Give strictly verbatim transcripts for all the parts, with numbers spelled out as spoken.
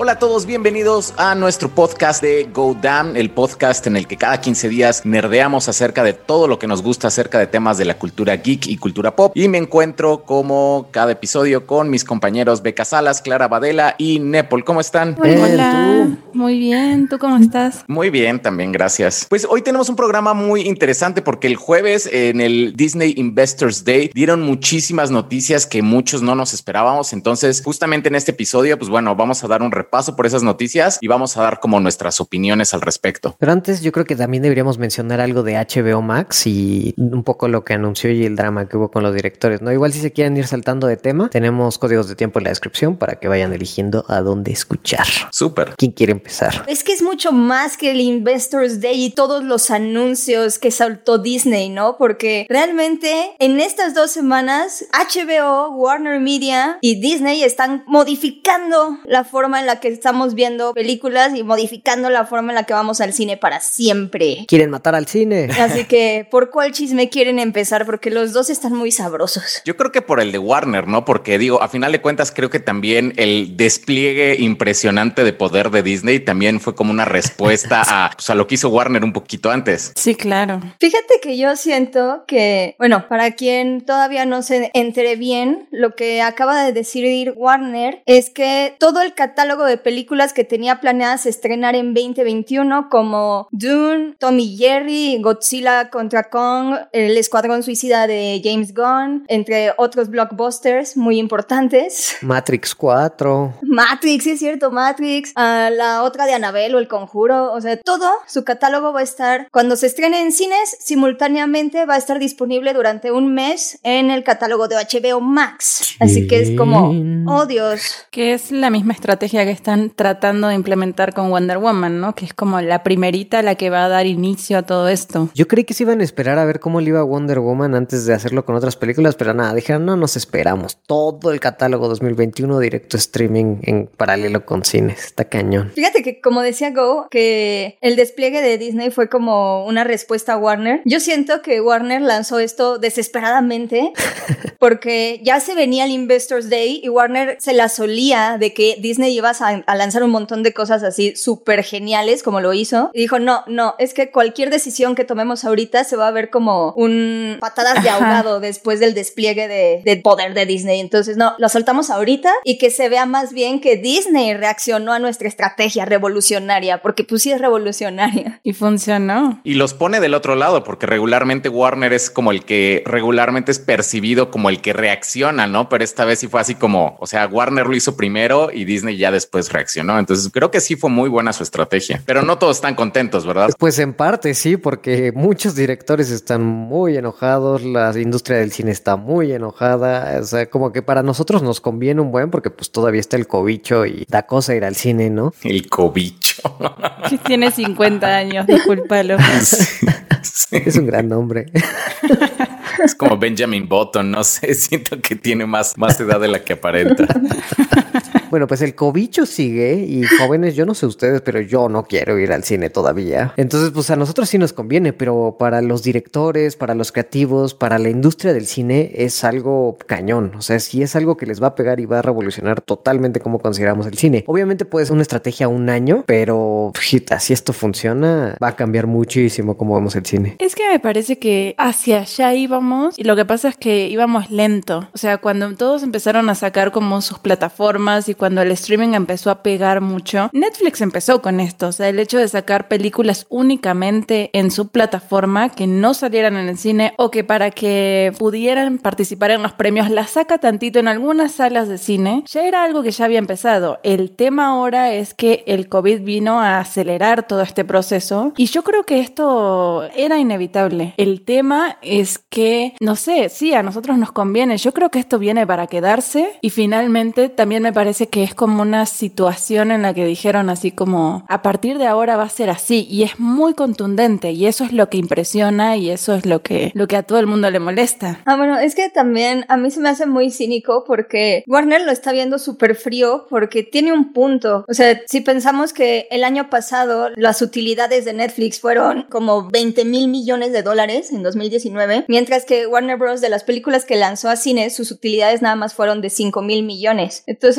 Hola a todos, bienvenidos a nuestro podcast de Go Damn, el podcast en el que cada quince días nerdeamos acerca de todo lo que nos gusta acerca de temas de la cultura geek y cultura pop. Y me encuentro como cada episodio con mis compañeros Beca Salas, Clara Badela y Nepal. ¿Cómo están? Hola, Hola. Muy bien, ¿tú cómo estás? Muy bien, también, gracias. Pues hoy tenemos un programa muy interesante porque el jueves en el Disney Investors Day dieron muchísimas noticias que muchos no nos esperábamos. Entonces, justamente en este episodio, pues bueno, vamos a dar un repaso por esas noticias y vamos a dar como nuestras opiniones al respecto. Pero antes yo creo que también deberíamos mencionar algo de H B O Max y un poco lo que anunció y el drama que hubo con los directores, ¿no? Igual si se quieren ir saltando de tema, tenemos códigos de tiempo en la descripción para que vayan eligiendo a dónde escuchar. Súper. ¿Quién quiere empezar? Es que es mucho más que el Investors Day y todos los anuncios que soltó Disney, ¿no? Porque realmente en estas dos semanas H B O, Warner Media y Disney están modificando la forma en la que estamos viendo películas y modificando la forma en la que vamos al cine para siempre. Quieren matar al cine. Así que, ¿por cuál chisme quieren empezar? Porque los dos están muy sabrosos. Yo creo que por el de Warner, ¿no? Porque digo, a final de cuentas creo que también el despliegue impresionante de poder de Disney también fue como una respuesta a, pues, a lo que hizo Warner un poquito antes. Sí, claro. Fíjate que yo siento que, bueno, para quien todavía no se entere bien, lo que acaba de decir Warner es que todo el catálogo de películas que tenía planeadas estrenar en veinte veintiuno, como Dune, Tom y Jerry, Godzilla contra Kong, El Escuadrón Suicida de James Gunn, entre otros blockbusters muy importantes. Matrix cuatro. Matrix, sí es cierto, Matrix. Uh, la otra de Annabelle o El Conjuro. O sea, todo su catálogo va a estar, cuando se estrene en cines, simultáneamente va a estar disponible durante un mes en el catálogo de H B O Max. Así que es como, oh Dios. Que es la misma estrategia que están tratando de implementar con Wonder Woman, ¿no? Que es como la primerita la que va a dar inicio a todo esto. Yo creí que se iban a esperar a ver cómo le iba a Wonder Woman antes de hacerlo con otras películas, pero nada, dijeron, no nos esperamos. Todo el catálogo dos mil veintiuno directo streaming en paralelo con cines. Está cañón. Fíjate que, como decía Go, que el despliegue de Disney fue como una respuesta a Warner. Yo siento que Warner lanzó esto desesperadamente porque ya se venía el Investors Day y Warner se la solía de que Disney iba a, a lanzar un montón de cosas así súper geniales como lo hizo. Y dijo, no, no, es que cualquier decisión que tomemos ahorita se va a ver como un patadas de ahogado después del despliegue de, de poder de Disney. Entonces, no, lo soltamos ahorita y que se vea más bien que Disney reaccionó a nuestra estrategia revolucionaria, porque pues sí es revolucionaria. Y funcionó. Y los pone del otro lado, porque regularmente Warner es como el que regularmente es percibido como el que reacciona, ¿no? Pero esta vez sí fue así como, o sea, Warner lo hizo primero y Disney ya después reaccionó. Entonces creo que sí fue muy buena su estrategia, pero no todos están contentos, ¿verdad? Pues en parte sí, porque muchos directores están muy enojados, la industria del cine está muy enojada, o sea, como que para nosotros nos conviene un buen porque pues todavía está el cobicho y da cosa ir al cine, ¿no? El cobicho. Que tiene cincuenta años, discúlpalo. Sí, sí. Es un gran nombre. Es como Benjamin Button, no sé, siento que tiene más, más edad de la que aparenta. Bueno, pues el cobicho sigue y jóvenes, yo no sé ustedes, pero yo no quiero ir al cine todavía. Entonces, pues a nosotros sí nos conviene, pero para los directores, para los creativos, para la industria del cine es algo cañón. O sea, sí es algo que les va a pegar y va a revolucionar totalmente cómo consideramos el cine. Obviamente puede ser una estrategia a un año, pero shit, si esto funciona, va a cambiar muchísimo cómo vemos el cine. Es que me parece que hacia allá íbamos y lo que pasa es que íbamos lento. O sea, cuando todos empezaron a sacar como sus plataformas y cuando el streaming empezó a pegar mucho, Netflix empezó con esto, o sea, el hecho de sacar películas únicamente en su plataforma que no salieran en el cine o que para que pudieran participar en los premios las saca tantito en algunas salas de cine, ya era algo que ya había empezado. El tema ahora es que el COVID vino a acelerar todo este proceso y yo creo que esto era inevitable. El tema es que, no sé, sí, a nosotros nos conviene, yo creo que esto viene para quedarse y finalmente también me parece que es como una situación en la que dijeron así como a partir de ahora va a ser así y es muy contundente y eso es lo que impresiona y eso es lo que, lo que a todo el mundo le molesta. Ah, bueno, es que también a mí se me hace muy cínico porque Warner lo está viendo súper frío porque tiene un punto. O sea, si pensamos que el año pasado las utilidades de Netflix fueron como veinte mil millones de dólares en dos mil diecinueve, mientras que Warner Bros. De las películas que lanzó a cine, sus utilidades nada más fueron de cinco mil millones. Entonces creo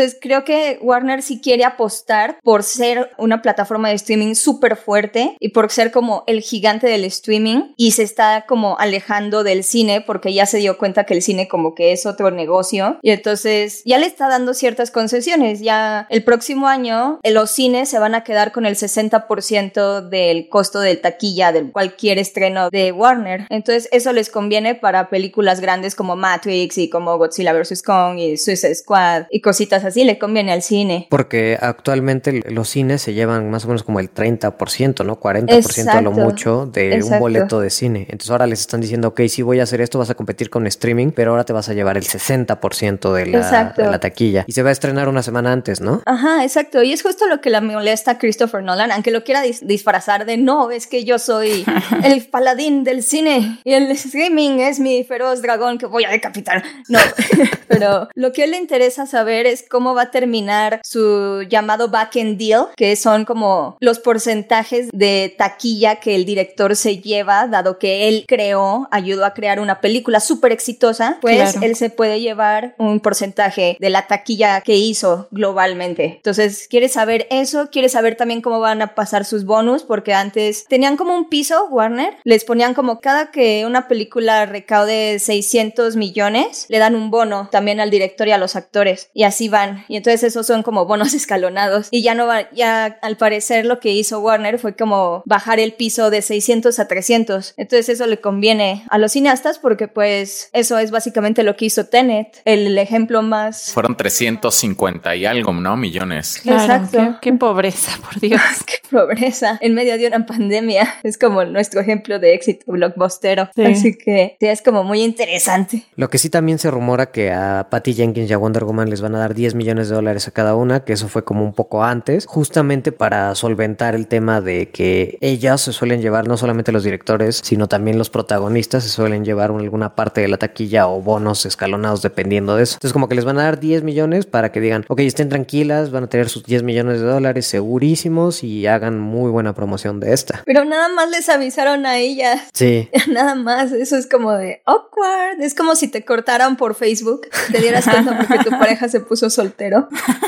creo que Warner sí quiere apostar por ser una plataforma de streaming súper fuerte y por ser como el gigante del streaming, y se está como alejando del cine porque ya se dio cuenta que el cine como que es otro negocio, y entonces ya le está dando ciertas concesiones. Ya el próximo año los cines se van a quedar con el sesenta por ciento del costo de taquilla de cualquier estreno de Warner. Entonces eso les conviene para películas grandes como Matrix y como Godzilla versus. Kong y Suicide Squad y cositas así, le conviene al cine. Porque actualmente los cines se llevan más o menos como el treinta por ciento, ¿no? cuarenta por ciento a lo mucho de Exacto. un boleto de cine. Entonces ahora les están diciendo, ok, sí voy a hacer esto, vas a competir con streaming, pero ahora te vas a llevar el sesenta por ciento de la, de la taquilla. Y se va a estrenar una semana antes, ¿no? Ajá, exacto. Y es justo lo que le molesta a Christopher Nolan, aunque lo quiera dis- disfrazar de no, es que yo soy el paladín del cine y el streaming es mi feroz dragón que voy a decapitar. No, pero lo que a él le interesa saber es cómo va a terminar su llamado back-end deal, que son como los porcentajes de taquilla que el director se lleva, dado que él creó, ayudó a crear una película súper exitosa, pues claro. él se puede llevar un porcentaje de la taquilla que hizo globalmente. Entonces, quiere saber eso, quiere saber también cómo van a pasar sus bonus, porque antes tenían como un piso, Warner, les ponían como cada que una película recaude seiscientos millones, le dan un bono también al director y a los actores, y así van, y entonces esos son como bonos escalonados, y ya no va, ya al parecer lo que hizo Warner fue como bajar el piso de seiscientos a trescientos, entonces eso le conviene a los cineastas porque pues eso es básicamente lo que hizo Tenet, el ejemplo más... Fueron trescientos cincuenta y algo, ¿no? Millones. Claro, Exacto. Qué, qué pobreza, por Dios. Qué pobreza, en medio de una pandemia, es como nuestro ejemplo de éxito blockbustero, sí. Así que sí, es como muy interesante. Lo que sí también se rumora que a Patty Jenkins y a Wonder Woman les van a dar diez millones de dólares a cada una, que eso fue como un poco antes, justamente para solventar el tema de que ellas se suelen llevar, no solamente los directores, sino también los protagonistas se suelen llevar alguna parte de la taquilla o bonos escalonados dependiendo de eso. Entonces como que les van a dar diez millones para que digan, ok, estén tranquilas, van a tener sus diez millones de dólares segurísimos y hagan muy buena promoción de esta. Pero nada más les avisaron a ellas. Sí. Nada más, eso es como de awkward. Es como si te cortaran por Facebook, te dieras cuenta porque tu pareja se puso soltero.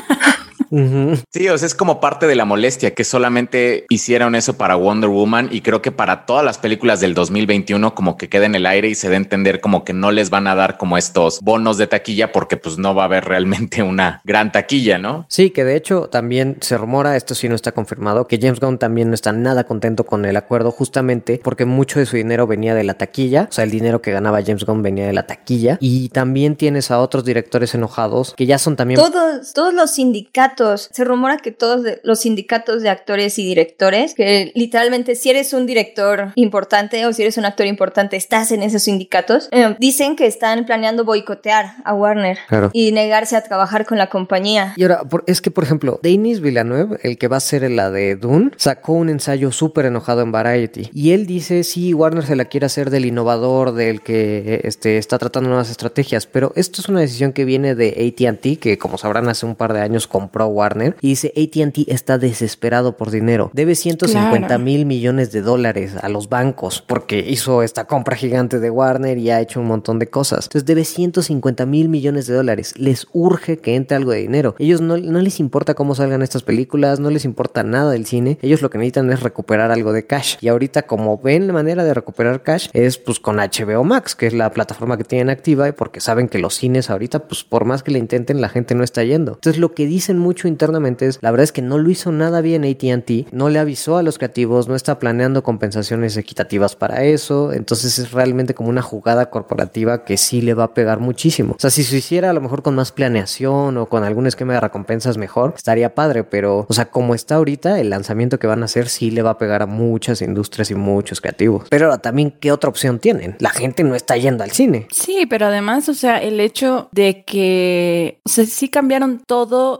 Uh-huh. Sí, o sea, es como parte de la molestia que solamente hicieron eso para Wonder Woman, y creo que para todas las películas del dos mil veintiuno como que queda en el aire y se da a entender como que no les van a dar como estos bonos de taquilla porque pues no va a haber realmente una gran taquilla, ¿no? Sí, que de hecho también se rumora, esto sí no está confirmado, que James Gunn también no está nada contento con el acuerdo justamente porque mucho de su dinero venía de la taquilla, o sea, el dinero que ganaba James Gunn venía de la taquilla, y también tienes a otros directores enojados que ya son también... Todos, todos los sindicatos. Se rumora que todos los sindicatos de actores y directores, que literalmente si eres un director importante o si eres un actor importante, estás en esos sindicatos, eh, dicen que están planeando boicotear a Warner claro. y negarse a trabajar con la compañía. Y ahora, por, es que por ejemplo, Denis Villeneuve, el que va a ser la de Dune, sacó un ensayo súper enojado en Variety y él dice, sí, Warner se la quiere hacer del innovador, del que este, está tratando nuevas estrategias, pero esto es una decisión que viene de A T and T, que como sabrán hace un par de años compró Warner, y dice A T and T está desesperado por dinero, debe ciento cincuenta mil claro. millones de dólares a los bancos porque hizo esta compra gigante de Warner y ha hecho un montón de cosas, entonces debe ciento cincuenta mil millones de dólares, les urge que entre algo de dinero, ellos no, no les importa cómo salgan estas películas, no les importa nada del cine, ellos lo que necesitan es recuperar algo de cash, y ahorita como ven la manera de recuperar cash es pues con H B O Max, que es la plataforma que tienen activa, y porque saben que los cines ahorita pues por más que le intenten la gente no está yendo, entonces lo que dicen mucho internamente es, la verdad es que no lo hizo nada bien A T and T, no le avisó a los creativos, no está planeando compensaciones equitativas para eso, entonces es realmente como una jugada corporativa que sí le va a pegar muchísimo. O sea, si se hiciera a lo mejor con más planeación o con algún esquema de recompensas mejor, estaría padre, pero, o sea, como está ahorita, el lanzamiento que van a hacer sí le va a pegar a muchas industrias y muchos creativos. Pero ahora también, ¿qué otra opción tienen? La gente no está yendo al cine. Sí, pero además, o sea, el hecho de que, o sea, sí cambiaron todo el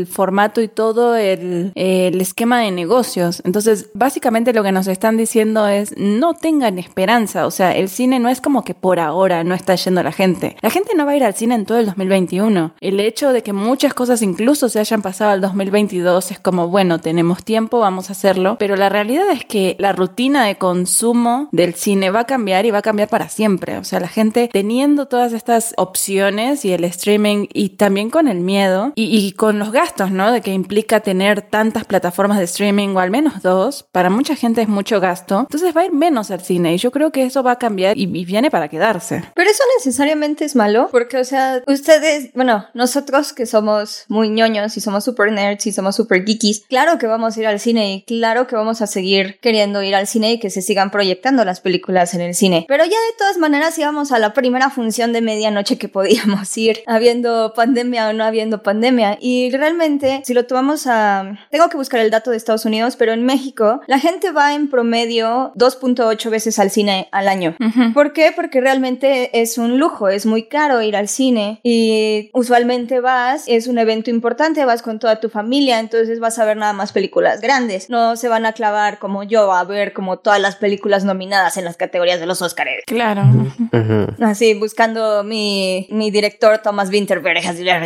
el formato y todo el, el esquema de negocios. Entonces, básicamente lo que nos están diciendo es no tengan esperanza. O sea, el cine no es como que por ahora no está yendo la gente. La gente no va a ir al cine en todo el dos mil veintiuno. El hecho de que muchas cosas incluso se hayan pasado al dos mil veintidós es como, bueno, tenemos tiempo, vamos a hacerlo. Pero la realidad es que la rutina de consumo del cine va a cambiar y va a cambiar para siempre. O sea, la gente teniendo todas estas opciones y el streaming y también con el miedo y, y con los gastos, ¿no? De que implica tener tantas plataformas de streaming o al menos dos. Para mucha gente es mucho gasto. Entonces va a ir menos al cine y yo creo que eso va a cambiar y, y viene para quedarse. Pero eso necesariamente es malo porque, o sea, ustedes, bueno, nosotros que somos muy ñoños y somos super nerds y somos super geekies, claro que vamos a ir al cine y claro que vamos a seguir queriendo ir al cine y que se sigan proyectando las películas en el cine. Pero ya de todas maneras íbamos a la primera función de medianoche que podíamos ir, habiendo pandemia o no habiendo pandemia. Y realmente, si lo tomamos a... Tengo que buscar el dato de Estados Unidos, pero en México la gente va en promedio dos punto ocho veces al cine al año. Uh-huh. ¿Por qué? Porque realmente es un lujo, es muy caro ir al cine y usualmente vas, es un evento importante, vas con toda tu familia, entonces vas a ver nada más películas grandes. No se van a clavar como yo a ver como todas las películas nominadas en las categorías de los Oscars. Claro. Uh-huh. Así, buscando mi, mi director Thomas Vinterberg.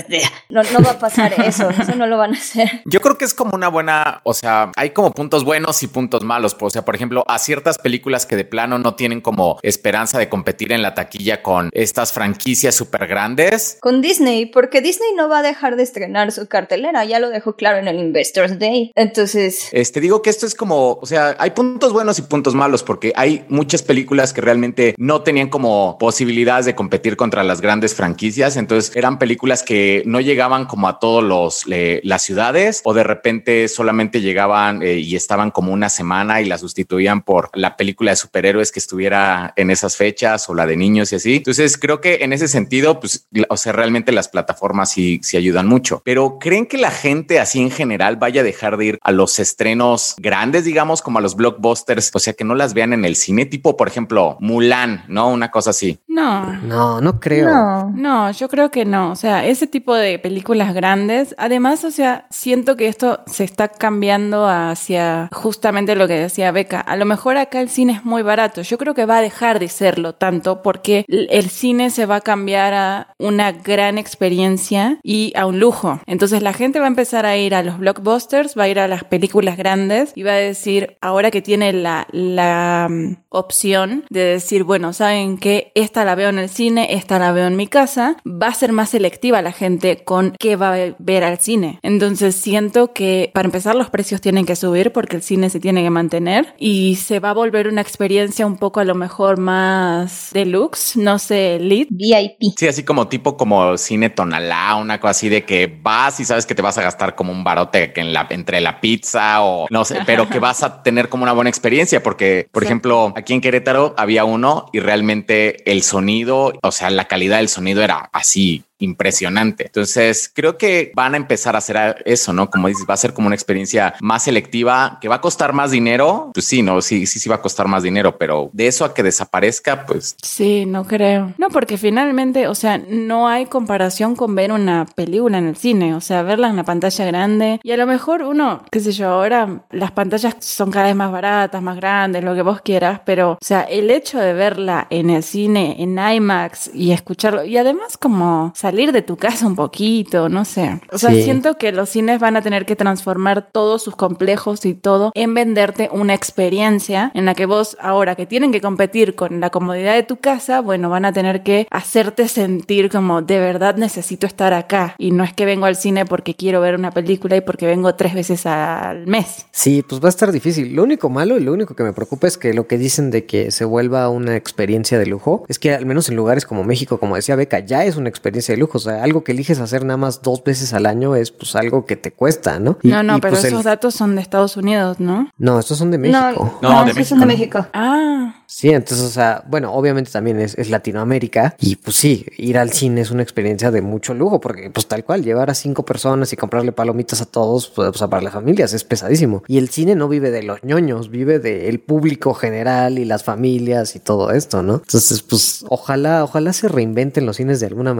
No, no va a pasar eso, eso no lo van a hacer. Yo creo que es como una buena, o sea, hay como puntos buenos y puntos malos. O sea, por ejemplo, a ciertas películas que de plano no tienen como esperanza de competir en la taquilla con estas franquicias súper grandes. Con Disney, porque Disney no va a dejar de estrenar su cartelera, ya lo dejó claro en el Investors Day. Entonces... Este, digo que esto es como, o sea, hay puntos buenos y puntos malos porque hay muchas películas que realmente no tenían como posibilidades de competir contra las grandes franquicias. Entonces eran películas que no llegaban como a todos los eh, las ciudades o de repente solamente llegaban eh, y estaban como una semana y la sustituían por la película de superhéroes que estuviera en esas fechas o la de niños y así. Entonces creo que en ese sentido, pues, o sea, realmente las plataformas sí, sí ayudan mucho. Pero ¿creen que la gente así en general vaya a dejar de ir a los estrenos grandes, digamos, como a los blockbusters? O sea, que no las vean en el cine, tipo, por ejemplo, Mulan, ¿no? Una cosa así. No. No, no creo. No. No, yo creo que no. O sea, ese tipo de películas grandes, además, o sea, siento que esto se está cambiando hacia justamente lo que decía Beca. A lo mejor acá el cine es muy barato. Yo creo que va a dejar de serlo tanto porque el cine se va a cambiar a una gran experiencia y a un lujo. Entonces la gente va a empezar a ir a los blockbusters, va a ir a las películas grandes y va a decir, ahora que tiene la, la um, opción de decir, bueno, ¿saben qué? Esta la veo en el cine, esta la veo en mi casa, va a ser más selectiva la gente con qué va a ver al cine. Entonces siento que para empezar los precios tienen que subir porque el cine se tiene que mantener y se va a volver una experiencia un poco a lo mejor más deluxe, no sé, elite. V I P. Sí, así como tipo como cine Tonalá, una cosa así de que vas y sabes que te vas a gastar como un barote en la, entre la pizza o no sé, pero que vas a tener como una buena experiencia porque, por sí. ejemplo, aquí en Querétaro había uno y realmente el sonido, o sea, la calidad del sonido era así impresionante. Entonces creo que van a empezar a hacer eso, ¿no? Como dices, va a ser como una experiencia más selectiva que va a costar más dinero. Pues sí, no, sí, sí, sí va a costar más dinero, pero de eso a que desaparezca, pues sí, no creo. No, porque finalmente, o sea, no hay comparación con ver una película en el cine, o sea, verla en la pantalla grande y a lo mejor uno, qué sé yo, ahora las pantallas son cada vez más baratas, más grandes, lo que vos quieras, pero, o sea, el hecho de verla en el cine, en IMAX y escucharlo y además como salir de tu casa un poquito, no sé. O sea, sí. Siento que los cines van a tener que transformar todos sus complejos y todo en venderte una experiencia en la que vos, ahora que tienen que competir con la comodidad de tu casa, bueno, van a tener que hacerte sentir como de verdad necesito estar acá y no es que vengo al cine porque quiero ver una película y porque vengo tres veces al mes. Sí, pues va a estar difícil. Lo único malo y lo único que me preocupa es que lo que dicen de que se vuelva una experiencia de lujo es que al menos en lugares como México, como decía Beca, ya es una experiencia de lujo. O sea, algo que eliges hacer nada más dos veces al año es pues algo que te cuesta, ¿no? Y, no, no, y, pero pues, esos el... datos son de Estados Unidos, ¿no? No, estos son de México. No, no, no de, México. son de México. Ah. Sí, entonces, o sea, bueno, obviamente también es, es Latinoamérica y pues sí, ir al cine es una experiencia de mucho lujo porque pues tal cual, llevar a cinco personas y comprarle palomitas a todos, pues, o sea, para las familias es pesadísimo. Y el cine no vive de los ñoños, vive del público general y las familias y todo esto, ¿no? Entonces, pues ojalá, ojalá se reinventen los cines de alguna manera en que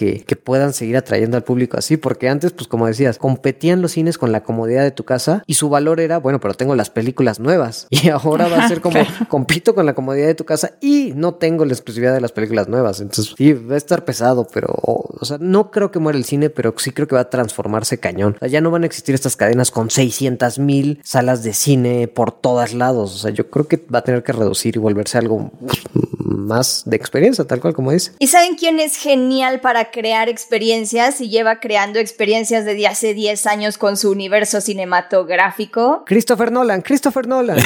que, que puedan seguir atrayendo al público así, porque antes, pues como decías, competían los cines con la comodidad de tu casa y su valor era, bueno, pero tengo las películas nuevas y ahora va a ser como, compito con la comodidad de tu casa y no tengo la exclusividad de las películas nuevas. Entonces, sí, va a estar pesado, pero, o, o sea, no creo que muera el cine, pero sí creo que va a transformarse cañón. O sea, ya no van a existir estas cadenas con seiscientas mil salas de cine por todos lados. O sea, yo creo que va a tener que reducir y volverse algo más de experiencia, tal cual como dice. ¿Y saben quién es genial para crear experiencias y lleva creando experiencias desde hace diez años con su universo cinematográfico? Christopher Nolan, Christopher Nolan.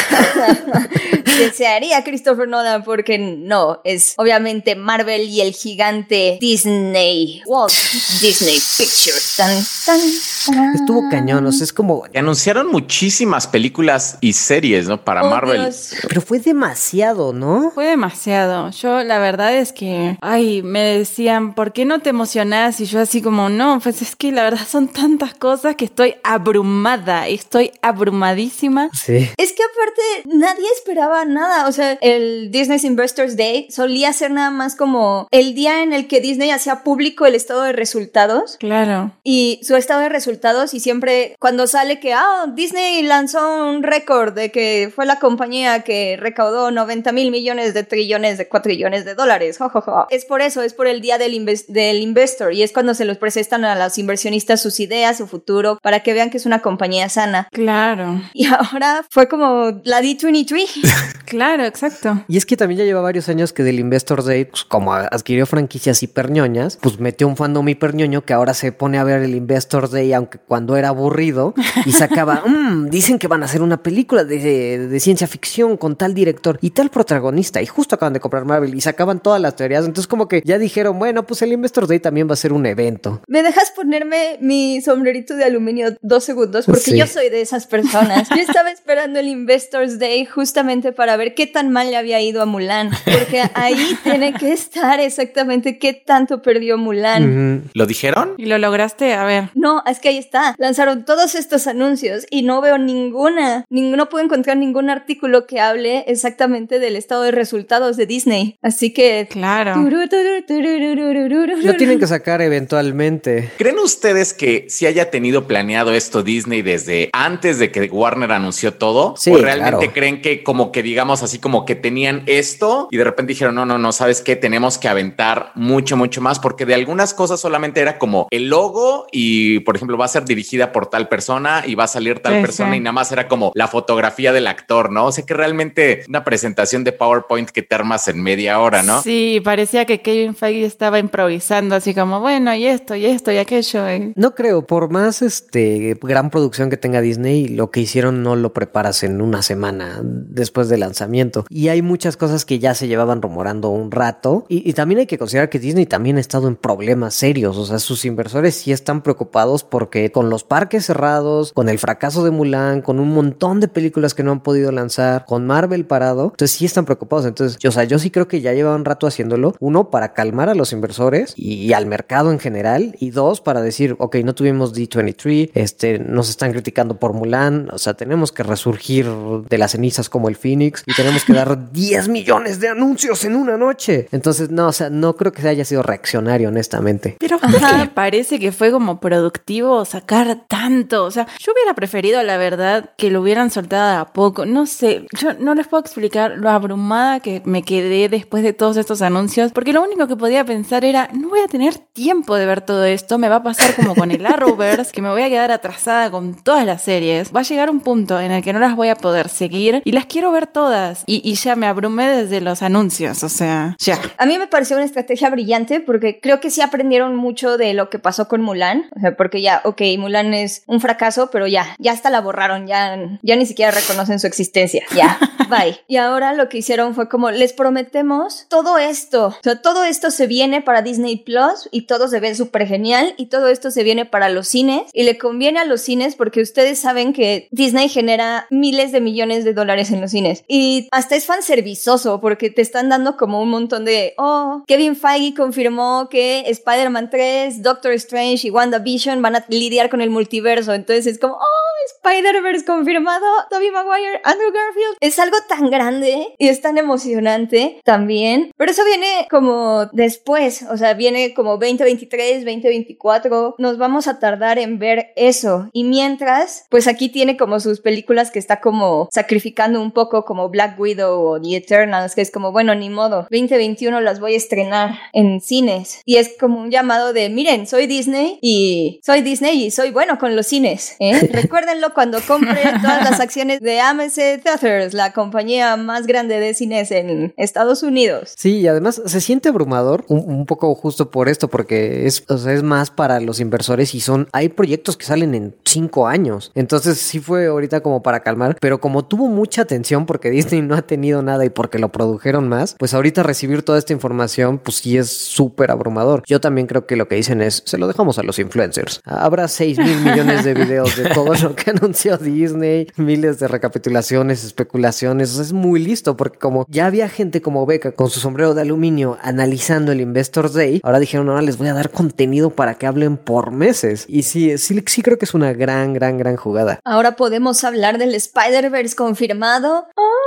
Desearía Christopher Nolan porque no, es obviamente Marvel y el gigante Disney, Walt Disney Pictures. Tan, tan, tan. Estuvo cañón, o sea, es como... Anunciaron muchísimas películas y series, ¿no? Para Oh, Marvel. Dios. Pero fue demasiado, ¿no? Fue demasiado. Yo la verdad es que, ay, me decían, ¿por qué no te emocionás? Y yo así como, no, pues es que la verdad son tantas cosas que estoy abrumada, estoy abrumadísima. Sí. Es que aparte nadie esperaba nada, o sea, el Disney's Investors Day solía ser nada más como el día en el que Disney hacía público el estado de resultados. Claro. Y su estado de resultados, y siempre cuando sale que, ah, Disney lanzó un récord de que fue la compañía que recaudó noventa mil millones de trillones de cuatrillones de dólares, jo, jo, jo. Es por eso, es por el día del, inves- del investor, y es cuando se los presentan a los inversionistas sus ideas, su futuro, para que vean que es una compañía sana. Claro. Y ahora fue como la D veintitrés. Claro, exacto. Y es que también ya lleva varios años que del Investor Day, pues como adquirió franquicias hiperñoñas, pues metió un fandom hiperñoño que ahora se pone a ver el Investor Day, aunque cuando era aburrido, y sacaba, mmm, dicen que van a hacer una película de, de, de ciencia ficción con tal director y tal protagonista, y justo acaban de comprar Marvel, y sacaban todas las teorías, entonces como que ya dijeron, bueno, pues el Investor Day también va a ser un evento. ¿Me dejas ponerme mi sombrerito de aluminio dos segundos? Porque Sí. yo soy de esas personas. Yo estaba esperando el Investors Day justamente para ver qué tan mal le había ido a Mulan, porque ahí tiene que estar exactamente qué tanto perdió Mulan. Uh-huh. ¿Lo dijeron? ¿Y lo lograste? A ver. No, es que ahí está. Lanzaron todos estos anuncios y no veo ninguna, ning- no puedo encontrar ningún artículo que hable exactamente del estado de resultados de Disney. Así que... Claro. Turu, turu, tururururururu. Lo tienen que sacar eventualmente. ¿Creen ustedes que si haya tenido planeado esto Disney desde antes de que Warner anunció todo? Sí, ¿O realmente claro. creen que como que digamos así como que tenían esto y de repente dijeron, no, no, no, ¿sabes qué? Tenemos que aventar mucho, mucho más, porque de algunas cosas solamente era como el logo y, por ejemplo, va a ser dirigida por tal persona y va a salir tal Sí, persona sí. y nada más era como la fotografía del actor, ¿no? O sea que realmente una presentación de PowerPoint que te armas en media hora, ¿no? Sí, parecía que Kevin Feige estaba improvisando así como, bueno, y esto, y esto, y aquello. y- No creo, por más este gran producción que tenga Disney, lo que hicieron no lo preparas en una semana después del lanzamiento. Y hay muchas cosas que ya se llevaban rumorando un rato. Y, y también hay que considerar que Disney también ha estado en problemas serios. O sea, sus inversores sí están preocupados porque con los parques cerrados, con el fracaso de Mulan, con un montón de películas que no han podido lanzar, con Marvel parado, entonces sí están preocupados. Entonces, yo, o sea, yo sí creo que ya llevan un rato haciéndolo. Uno, para calmar a los inversores y, y al mercado en general. Y dos, para decir, ok, no tuvimos D veintitrés, este, nos están criticando por Mulan, o sea, tenemos que resurgir de las cenizas como el Phoenix y tenemos que dar diez millones de anuncios en una noche. Entonces, no, o sea, no creo que haya sido reaccionario, honestamente. Pero ¿a ustedes les parece que fue como productivo sacar tanto? O sea, yo hubiera preferido, la verdad, que lo hubieran soltado a poco. No sé, yo no les puedo explicar lo abrumada que me quedé después de todos estos anuncios, porque lo único que podía pensar era, no voy a tener tiempo de ver todo esto, me va a pasar como con el Arrowverse, que me voy a quedar atrasada con todas las series. Va a llegar un punto en el que no las voy a poder seguir y las quiero ver todas. Y, y ya me abrumé desde los anuncios, o sea, ya. A mí me pareció una estrategia brillante porque creo que sí aprendieron mucho de lo que pasó con Mulan. O sea, porque ya, ok, Mulan es un fracaso, pero ya, ya hasta la borraron, ya, ya ni siquiera reconocen su existencia. Ya, bye. Y ahora lo que hicieron fue como, les prometemos todo esto. O sea, todo esto se viene para Disney Plus y todo se ve súper genial y todo esto se viene para los cines y le conviene a los cines porque ustedes saben que Disney genera miles de millones de dólares en los cines. Y hasta es fanservizoso porque te están dando como un montón de, oh, Kevin Feige confirmó que Spider-Man tres, Doctor Strange y WandaVision van a lidiar con el multiverso. Entonces es como, oh, Spider-Verse confirmado, Tobey Maguire, Andrew Garfield. Es algo tan grande y es tan emocionante también. Pero eso viene como después. O sea, sea, viene como veinte veintitrés, veinte veinticuatro, nos vamos a tardar en ver eso. Y mientras, pues aquí tiene como sus películas que está como sacrificando un poco, como Black Widow o The Eternals, que es como, bueno, ni modo, veinte veintiuno las voy a estrenar en cines. Y es como un llamado de, miren, soy Disney y soy Disney y soy bueno con los cines, ¿eh? Recuérdenlo cuando compre todas las acciones de A M C Theaters, la compañía más grande de cines en Estados Unidos. Sí, y además se siente abrumador un, un poco justo por esto, porque es, o sea, es más para los inversores y son, hay proyectos que salen en cinco años. Entonces sí fue ahorita como para calmar, pero como tuvo mucha atención porque Disney no ha tenido nada y porque lo produjeron más, pues ahorita recibir toda esta información, pues sí es súper abrumador. Yo también creo que lo que dicen es, se lo dejamos a los influencers. Habrá seis mil millones de videos de todo lo que anunció Disney, miles de recapitulaciones, especulaciones. O sea, es muy listo porque como ya había gente como Beca con su sombrero de aluminio analizando el Investors Day, ahora dijeron, ahora les voy a dar contenido para que hablen por meses. Y sí, sí, sí creo que es una gran, gran, gran jugada. Ahora podemos hablar del Spider-Verse confirmado.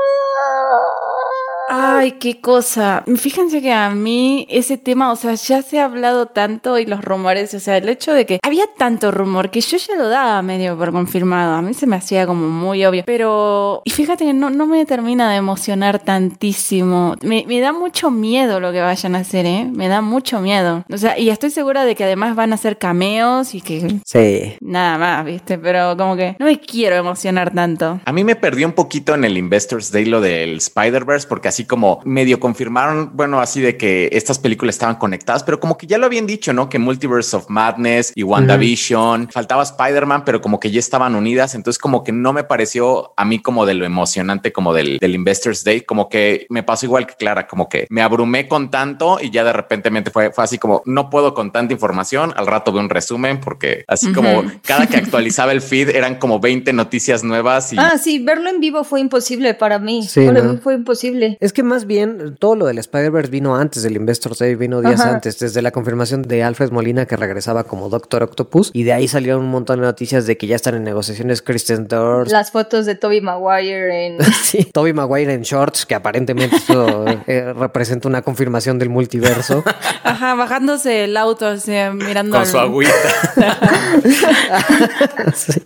Ay, qué cosa. Fíjense que a mí ese tema, o sea, ya se ha hablado tanto y los rumores, o sea, el hecho de que había tanto rumor que yo ya lo daba medio por confirmado. A mí se me hacía como muy obvio. Pero, y fíjate que no, no me termina de emocionar tantísimo. Me, me da mucho miedo lo que vayan a hacer, ¿eh? Me da mucho miedo. O sea, y estoy segura de que además van a hacer cameos y que... Sí. Nada más, ¿viste? Pero como que no me quiero emocionar tanto. A mí me perdió un poquito en el Investors Day lo del Spider-Verse porque así como medio confirmaron, bueno, así de que estas películas estaban conectadas, pero como que ya lo habían dicho, ¿no? Que Multiverse of Madness y WandaVision, uh-huh. faltaba Spider-Man, pero como que ya estaban unidas, entonces como que no me pareció a mí como de lo emocionante como del, del Investors Day, como que me pasó igual que Clara, como que me abrumé con tanto y ya de repente fue, fue así como, no puedo con tanta información, al rato veo un resumen porque así uh-huh. como cada que actualizaba el feed eran como veinte noticias nuevas. Y... Ah, sí, verlo en vivo fue imposible para mí, sí, para ¿no? mí fue imposible. Es que más bien todo lo del Spider-Verse vino antes del Investors Day, vino días Ajá. antes, desde la confirmación de Alfred Molina que regresaba como Doctor Octopus, y de ahí salieron un montón de noticias de que ya están en negociaciones Kristen Dunst. Las fotos de Tobey Maguire en... sí, Tobey Maguire en shorts, que aparentemente eso eh, representa una confirmación del multiverso. Ajá, bajándose el auto, así, mirando... Con al... su agüita. sí.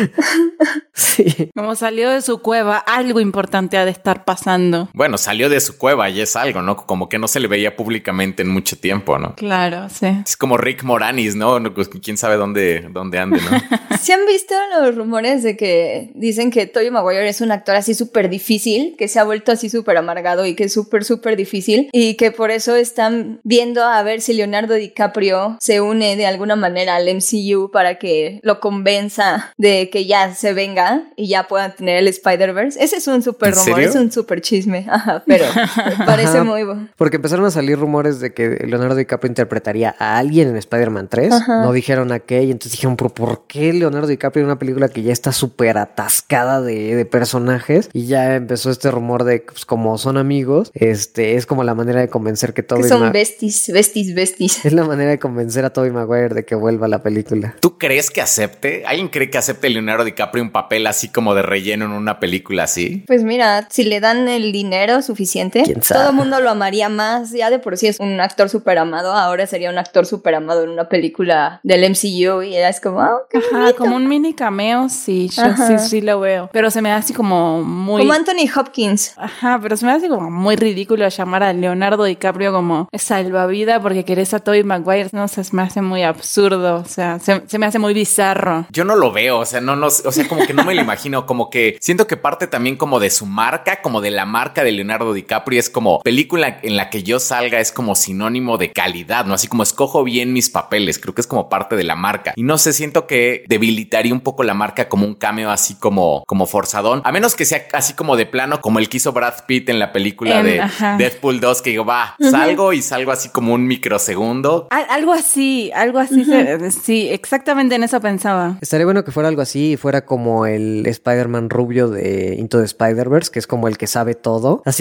sí. Como salió de su cueva, algo importante ha de estar pasando. Bueno, salió de su cueva y es algo, ¿no? Como que no se le veía públicamente en mucho tiempo, ¿no? Claro, sí. Es como Rick Moranis, ¿no? Pues quién sabe dónde, dónde ande, ¿no? ¿Se han visto los rumores de que dicen que Tobey Maguire es un actor así súper difícil, que se ha vuelto así súper amargado y que es súper, súper difícil y que por eso están viendo a ver si Leonardo DiCaprio se une de alguna manera al M C U para que lo convenza de que ya se venga y ya puedan tener el Spider-Verse? Ese es un súper rumor, serio? Es un súper chisme, ajá, pero me parece Ajá, muy bueno. porque empezaron a salir rumores de que Leonardo DiCaprio interpretaría a alguien en Spider-Man tres. Ajá. No dijeron a qué, y entonces dijeron, ¿pero por qué Leonardo DiCaprio en una película que ya está súper atascada de, de personajes? Y ya empezó este rumor de, pues, como son amigos, este es como la manera de convencer que Tobey... Que son Ma- besties, besties, besties. Es la manera de convencer a Tobey Maguire de que vuelva a la película. ¿Tú crees que acepte? ¿Alguien cree que acepte Leonardo DiCaprio un papel así como de relleno en una película así? Pues mira, si le dan el dinero suficiente, todo el mundo lo amaría más. Ya de por sí es un actor súper amado, ahora sería un actor súper amado en una película del M C U y es como, oh, qué Ajá, bonito. como un mini cameo, sí, yo Ajá. sí, sí lo veo. Pero se me da así como muy... Como Anthony Hopkins. Ajá, pero se me hace como muy ridículo llamar a Leonardo DiCaprio como salvavidas porque querés a Tobey Maguire. No sé, se me hace muy absurdo, o sea, se, se me hace muy bizarro. Yo no lo veo, o sea, no, no, o sea, como que no me lo imagino, como que siento que parte también como de su marca, como de la marca de Leonardo DiCaprio, es como película en la que yo salga es como sinónimo de calidad, ¿no? Así como escojo bien mis papeles, creo que es como parte de la marca. Y no sé, siento que debilitaría un poco la marca como un cameo así como, como forzadón, a menos que sea así como de plano, como el que hizo Brad Pitt en la película en, de ajá. Deadpool dos, que digo, va, uh-huh. salgo y salgo así como un microsegundo. Al, algo así, algo así, uh-huh. se, sí, exactamente en eso pensaba. Estaría bueno que fuera algo así y fuera como el Spider-Man rubio de Into the Spider-Verse, que es como el que sabe todo. Así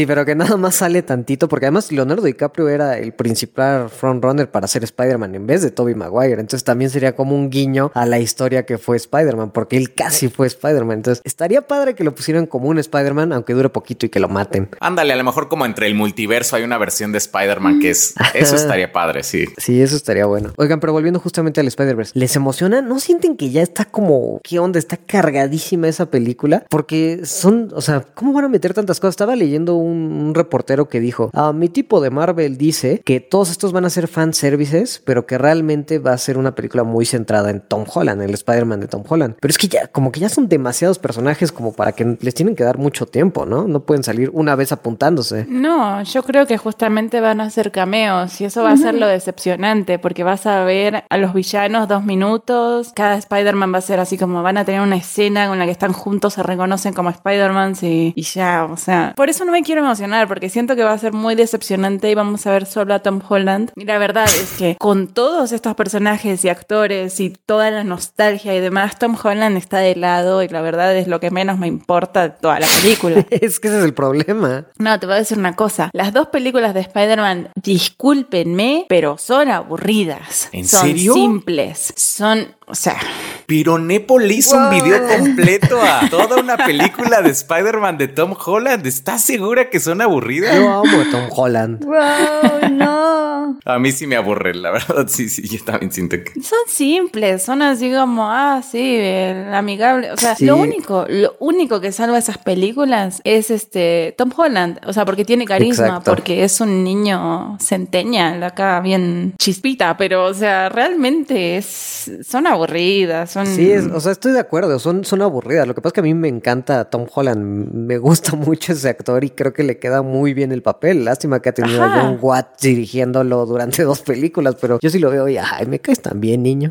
pero que nada más sale tantito, porque además Leonardo DiCaprio era el principal frontrunner para ser Spider-Man en vez de Tobey Maguire, entonces también sería como un guiño a la historia que fue Spider-Man, porque él casi fue Spider-Man, entonces estaría padre que lo pusieran como un Spider-Man, aunque dure poquito y que lo maten. Ándale, a lo mejor como entre el multiverso hay una versión de Spider-Man que es... Eso estaría padre, sí. Sí, eso estaría bueno. Oigan, pero volviendo justamente al Spider-Verse, ¿les emociona? ¿No sienten que ya está como... ¿Qué onda? Está cargadísima esa película, porque son... O sea, ¿cómo van a meter tantas cosas? Estaba leyendo un, un reportero que dijo, ah, mi tipo de Marvel dice que todos estos van a ser fan services, pero que realmente va a ser una película muy centrada en Tom Holland, el Spider-Man de Tom Holland. Pero es que ya, como que ya son demasiados personajes como para que les tienen que dar mucho tiempo, ¿no? No pueden salir una vez apuntándose. No, yo creo que justamente van a ser cameos y eso va a ser lo decepcionante, porque vas a ver a los villanos dos minutos, cada Spider-Man va a ser así como van a tener una escena con la que están juntos, se reconocen como Spider-Man y, y ya, o sea, por eso no me quiero emocionar, porque siento que va a ser muy decepcionante y vamos a ver solo a Tom Holland. Y la verdad es que con todos estos personajes y actores y toda la nostalgia y demás, Tom Holland está de lado y la verdad es lo que menos me importa de toda la película. Es que ese es el problema. No, te voy a decir una cosa. Las dos películas de Spider-Man, discúlpenme, pero son aburridas. ¿En son serio? Son simples. Son, o sea... Pero Nepo le hizo wow. un video completo a toda una película de Spider-Man de Tom Holland. ¿Estás segura que son aburridas? Yo amo a Tom Holland. Wow, no. A mí sí me aburre, la verdad. Sí, sí, yo también siento que... Son simples, son así como, ah, sí, el amigable. O sea, sí. lo único, lo único que salva esas películas es este Tom Holland. O sea, porque tiene carisma, exacto. porque es un niño centennial, acá bien chispita. Pero, o sea, realmente es, son aburridas, son... Sí, es, o sea, estoy de acuerdo, son, son aburridas. Lo que pasa es que a mí me encanta Tom Holland, me gusta mucho ese actor y creo que le queda muy bien el papel. Lástima que ha tenido Ajá. a John Watts dirigiéndolo durante dos películas, pero yo sí lo veo y, ay, me caes tan bien, niño.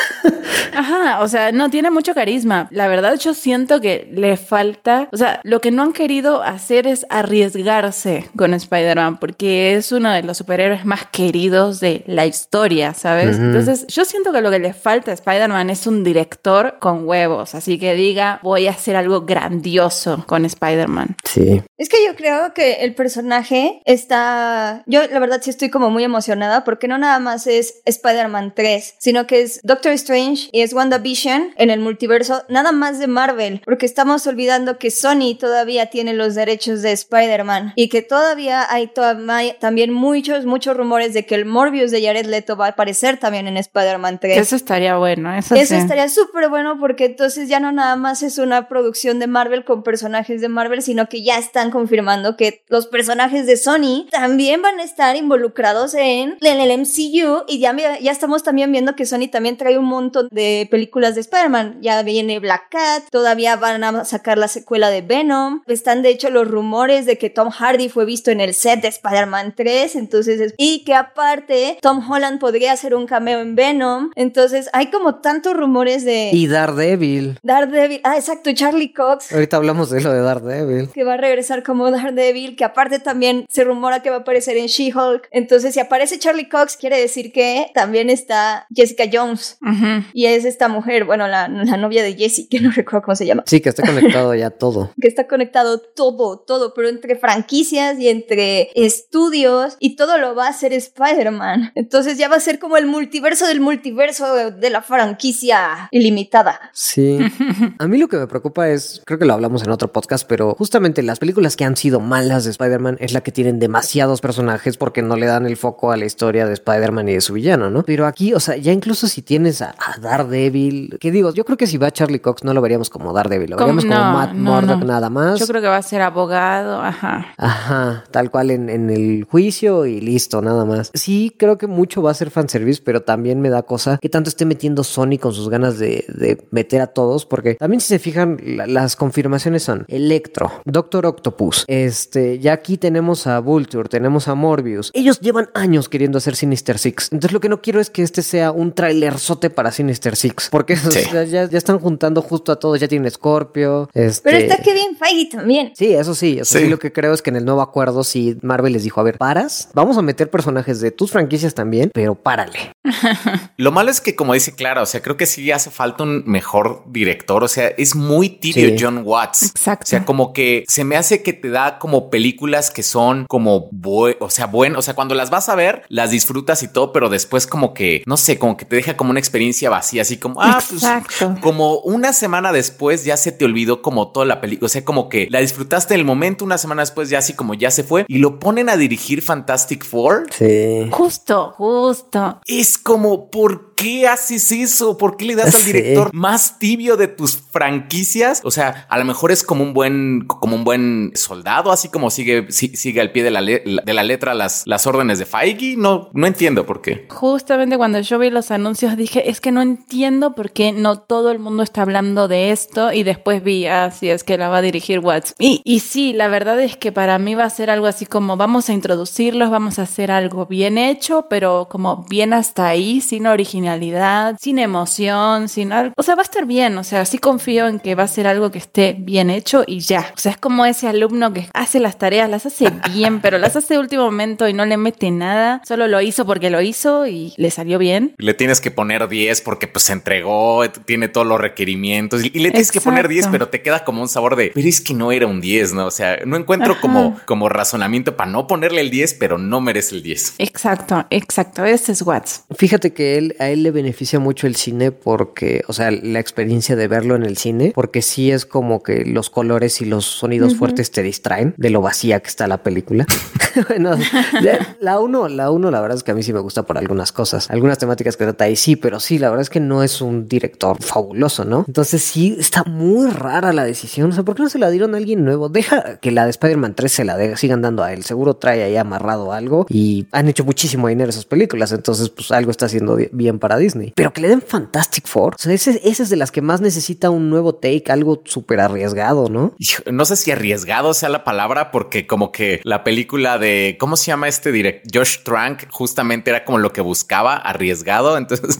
Ajá, o sea, no, tiene mucho carisma. La verdad yo siento que le falta, o sea, lo que no han querido hacer es arriesgarse con Spider-Man, porque es uno de los superhéroes más queridos de la historia, ¿sabes? Uh-huh. Entonces, yo siento que lo que le falta a Spider-Man es un director con huevos, así que diga, voy a hacer algo grandioso con Spider-Man. Sí. Es que yo creo que el personaje está... Yo, la verdad, sí estoy como muy emocionada, porque no nada más es Spider-Man tres, sino que es Doctor Strange y es WandaVision en el multiverso, nada más de Marvel, porque estamos olvidando que Sony todavía tiene los derechos de Spider-Man y que todavía hay to- también muchos, muchos rumores de que el Morbius de Jared Leto va a aparecer también en Spider-Man tres. Eso estaría bueno, eso, eso sí. estaría súper bueno, porque entonces ya no nada más es una producción de Marvel con personajes de Marvel, sino que ya están confirmando que los personajes de Sony también van a estar involucrados en, en el M C U y ya, ya estamos también viendo que Sony también trae un montón de películas de Spider-Man. Ya viene Black Cat, todavía van a sacar la secuela de Venom. Están de hecho los rumores de que Tom Hardy fue visto en el set de Spider-Man tres, entonces, y que aparte Tom Holland podría hacer un cameo en Venom. Entonces hay como tantos rumores de... Y Daredevil. Daredevil, ah, exacto, Charlie Cox. Ahorita hablamos de lo de Daredevil. Que va a regresar como Daredevil, que aparte también se rumora que va a aparecer en She-Hulk. Entonces, si aparece Charlie Cox, quiere decir que también está Jessica Jones. Uh-huh. Y es esta mujer, bueno, la, la novia de Jesse, que no recuerdo cómo se llama. Sí, que está conectado ya todo. Que está conectado todo, todo, pero entre franquicias y entre estudios, y todo lo va a hacer Spider-Man. Entonces ya va a ser como el multiverso del multiverso de la franquicia ilimitada. Sí. A mí lo que me preocupa es, creo que lo hablamos en otro podcast, pero justamente las películas que han sido malas de Spider-Man es la que tienen demasiados personajes porque no le dan el foco a la historia de Spider-Man y de su villano, ¿no? Pero aquí, o sea, ya incluso si tienes a, a Daredevil, que digo, yo creo que si va Charlie Cox no lo veríamos como Daredevil, lo veríamos no, como Matt no, Murdock no. nada más. Yo creo que va a ser abogado, ajá. Ajá, tal cual en, en el juicio y listo, nada más. Sí, creo que mucho va a ser fanservice, pero también me da cosa que tanto esté metiendo Sony con sus ganas de, de meter a todos, porque también si se fijan, la, las confirmaciones son Electro, Doctor Octopus, este, ya aquí tenemos a Vulture, tenemos a Morbius. Ellos llevan años queriendo hacer Sinister Six, entonces lo que no quiero es que este sea un trailerzote para Sinister Six, porque sí. o sea, ya, ya están juntando justo a todos, ya tienen Scorpio. Este... Pero está Kevin Feige también. Sí, eso sí, eso sí. sí, lo que creo es que en el nuevo acuerdo sí Marvel les dijo, a ver, paras, vamos a meter personajes de tus franquicias también, pero párale. Lo malo es que, como dice Clara, o sea, creo que sí hace falta un mejor director. O sea, es muy tibio sí. John Watts. Exacto. O sea, como que se me hace que te da como películas que son como, bu- o sea, bueno, o sea, cuando las vas a ver, las disfrutas y todo, pero después como que, no sé, como que te deja como una experiencia vacía, así como, ah, Exacto. pues como una semana después ya se te olvidó como toda la película. O sea, como que la disfrutaste en el momento, una semana después ya así como ya se fue y lo ponen a dirigir Fantastic Four. Sí. Justo, justo. Es como, ¿por qué haces eso? ¿Por qué le das al Sí. director más tibio de tus franquicias? O sea, a lo mejor es como un buen, como un buen soldado, así como sigue, si- sigue al pie de la, le- de la letra las, las órdenes de Feige. No, no entiendo por qué. Justamente cuando yo vi los anuncios dije, es que no entiendo por qué no todo el mundo está hablando de esto, y después vi, ah, sí, es que la va a dirigir Watts. Y, y sí, la verdad es que para mí va a ser algo así como vamos a introducirlos, vamos a hacer algo bien hecho, pero como bien hasta ahí, sin originalidad, sin emoción, sin algo. O sea, va a estar bien, o sea, sí confío en que va a ser algo que esté bien hecho y ya. O sea, es como ese alumno que hace las tareas, las hace bien, pero las hace de último momento y no le mete nada, solo lo hizo porque lo hizo y le salió bien. Le tienes que poner diez porque pues se entregó, tiene todos los requerimientos y le tienes Exacto. que poner diez, pero te queda como un sabor de, pero es que no era un diez, ¿no? O sea, no encuentro como, como razonamiento para no ponerle el diez, pero no merece el diez. Exacto, exacto, ese es Watts. Fíjate que él, a él le beneficia mucho el cine porque, o sea, la experiencia de verlo en el cine, porque sí es como que los colores y los sonidos uh-huh. fuertes te distraen de lo vacía que está la película. Bueno, la uno, la uno, la verdad es que a mí sí me gusta por algunas cosas, algunas temáticas que trata ahí sí, pero sí, la verdad es que no es un director fabuloso, ¿no? Entonces sí, está muy rara la decisión. O sea, ¿por qué no se la dieron a alguien nuevo? Deja que la de Spider-Man tres se la de, sigan dando a él. Seguro trae ahí amarrado algo y han hecho muchísimo dinero esas películas, entonces pues algo está haciendo bien para Disney. Pero que le den Fantastic Four, o sea, ese, ese es de las que más necesita un nuevo take, algo súper arriesgado, ¿no? No sé si arriesgado sea la palabra, porque como que la película de, ¿cómo se llama este director? Josh Trank, justamente era como lo que buscaba, arriesgado, entonces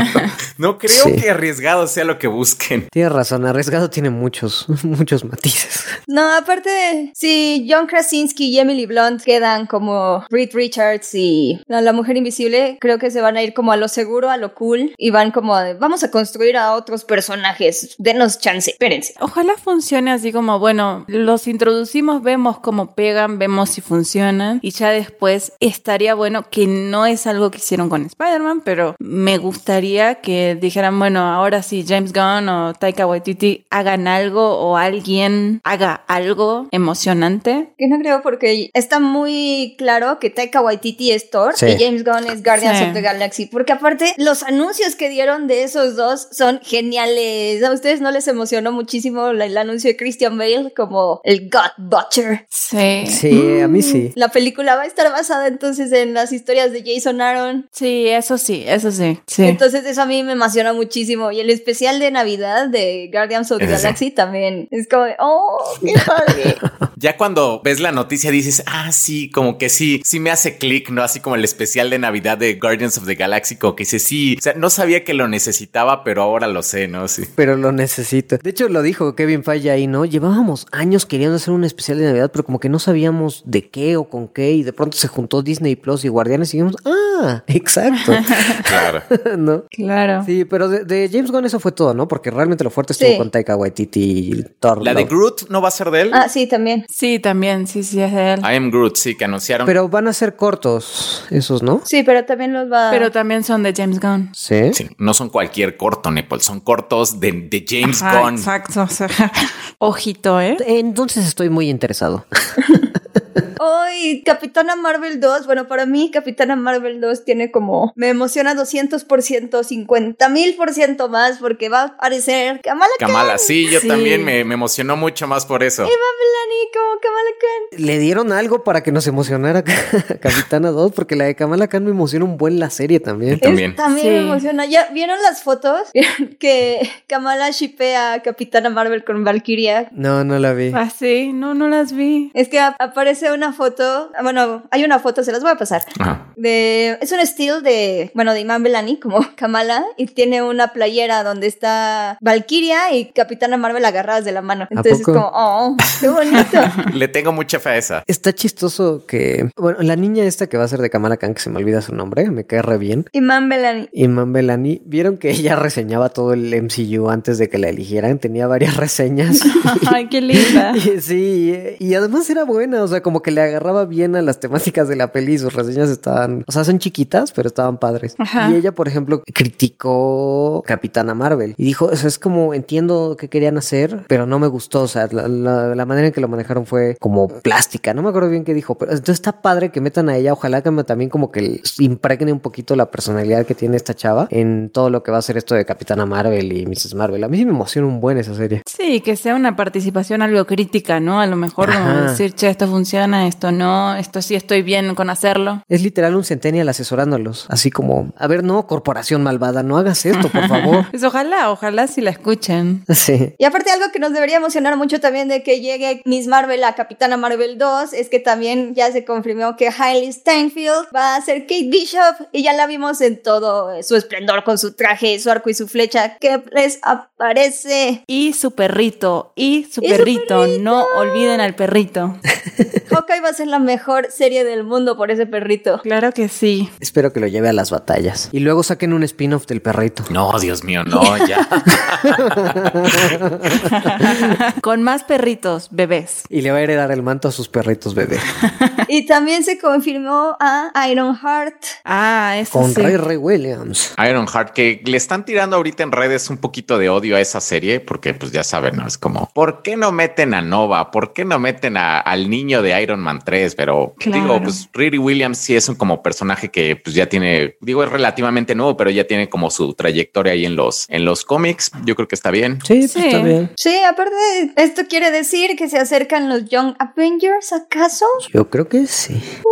no creo sí. que arriesgado sea lo que busquen. Tienes razón, arriesgado tiene muchos, muchos matices. No, aparte, si John Krasinski y Emily Blunt quedan como Reed Richards y la, la Mujer Invisible, creo que se van a ir como a lo seguro, a lo cool, y van como a, vamos a construir a otros personajes, denos chance, espérense. Ojalá funcione así como, bueno, los introducimos, vemos cómo pegan, vemos si funcionan, y ya después estaría bueno, que no es algo que hicieron con Spider-Man, pero me gustaría que dijeran, bueno, ahora sí James Gunn o Taika Waititi hagan algo o alguien haga algo emocionante. Que no creo, porque está muy claro que Taika Waititi es Thor sí. y James Gunn es Guardians sí. of the Galaxy, porque aparte los anuncios que dieron de esos dos son geniales. ¿A ustedes no les emocionó muchísimo el, el anuncio de Christian Bale como el God Butcher? Sí. Sí, a mí sí. La película va a estar basada entonces en las historias de Jason Aaron. Sí, eso sí, eso sí. sí. Entonces eso a mí me emociona muchísimo. Y el especial de Navidad de Guardians of the ¿Es Galaxy ese? También es como, oh, qué padre. Ya cuando ves la noticia dices, ah, sí, como que sí, sí me hace clic, ¿no? Así como el especial de Navidad de Guardians of the Galaxy, como que dice, sí, o sea, no sabía que lo necesitaba, pero ahora lo sé, ¿no? Sí. Pero lo necesito. De hecho, lo dijo Kevin Feige ahí, ¿no? Llevábamos años queriendo hacer un especial de Navidad, pero como que no sabíamos de qué o con qué, y de pronto se juntó Disney Plus y Guardianes y dijimos, ah, exacto. Claro. ¿No? Claro. Sí, pero de, de James Gunn eso fue todo, ¿no? Porque realmente lo fuerte estuvo sí. con Taika Waititi y Thor. ¿La de Groot no va a ser de él? Ah, sí, también. Sí, también, sí, sí, es de él. I am Groot, sí, que anunciaron. Pero van a ser cortos esos, ¿no? Sí, pero también los va... Pero también son de James Gunn. ¿Sí? Sí, no son cualquier corto, Nepal, son cortos de, de James Ajá, Gunn. Exacto, o sea, ojito, ¿eh? Entonces estoy muy interesado. Hoy, Capitana Marvel dos, bueno, para mí Capitana Marvel dos tiene como, me emociona doscientos por ciento, cincuenta mil por ciento más, porque va a aparecer Kamala Khan. Kamala, sí, yo sí. también me, me emocionó mucho más por eso. Eva Bellani como Kamala Khan. Le dieron algo para que nos emocionara Capitana dos, porque la de Kamala Khan me emociona un buen la serie también. También. Es, también sí. me emociona. ¿Ya vieron las fotos? Que Kamala shippea a Capitana Marvel con Valkyria. No, no la vi. Ah, sí, no, no las vi. Es que a- aparece puse una foto, bueno, hay una foto, se las voy a pasar. Ajá. De, es un estilo de, bueno, de Iman Vellani, como Kamala, y tiene una playera donde está Valkyria y Capitana Marvel agarradas de la mano. Entonces es como, oh, qué bonito. Le tengo mucha fe a esa. Está chistoso que, bueno, la niña esta que va a ser de Kamala Khan, que se me olvida su nombre, me cae re bien. Iman Vellani. Iman Vellani. ¿Vieron que ella reseñaba todo el M C U antes de que la eligieran? Tenía varias reseñas. Ay, qué linda. Y, sí, y además era buena, o sea, como que le agarraba bien a las temáticas de la peli y sus reseñas estaban, o sea, son chiquitas, pero estaban padres. Ajá. Y ella, por ejemplo, criticó Capitana Marvel y dijo, o sea, es como, entiendo qué querían hacer, pero no me gustó, o sea, la, la, la manera en que lo manejaron fue como plástica, no me acuerdo bien qué dijo, pero entonces está padre que metan a ella, ojalá que también como que impregne un poquito la personalidad que tiene esta chava en todo lo que va a ser esto de Capitana Marvel y missus Marvel. A mí sí me emociona un buen esa serie. Sí, que sea una participación algo crítica, ¿no? A lo mejor como Ajá. decir, che, esto funciona, esto no, esto sí estoy bien con hacerlo. Es literal un Centennial asesorándolos, así como, a ver, no, corporación malvada, no hagas esto, por favor. Pues ojalá, ojalá si la escuchen. Sí. Y aparte algo que nos debería emocionar mucho también de que llegue Miss Marvel a Capitana Marvel dos es que también ya se confirmó que Hailey Steinfeld va a ser Kate Bishop y ya la vimos en todo su esplendor con su traje, su arco y su flecha. ¿Qué les aparece? Y su perrito, y su, ¿Y perrito? su perrito, no olviden al perrito. Hawkeye va a ser la mejor serie del mundo por ese perrito. Claro que sí. Espero que lo lleve a las batallas. Y luego saquen un spin-off del perrito. No, Dios mío, no, ya. Con más perritos, bebés. Y le va a heredar el manto a sus perritos bebés. Y también se confirmó a Ironheart. Ah, eso Con sí. Ray Ray Williams. Ironheart, que le están tirando ahorita en redes un poquito de odio a esa serie, porque pues ya saben, ¿no? Es como, ¿por qué no meten a Nova? ¿Por qué no meten a, al niño de Iron Man tres? Pero claro. digo, pues Riri Williams sí es un como personaje que pues ya tiene, digo, es relativamente nuevo, pero ya tiene como su trayectoria ahí en los, en los cómics. Yo creo que está bien. Sí, pues sí. Está bien. Sí, aparte, ¿esto quiere decir que se acercan los Young Avengers, acaso? Yo creo que sí. Uh.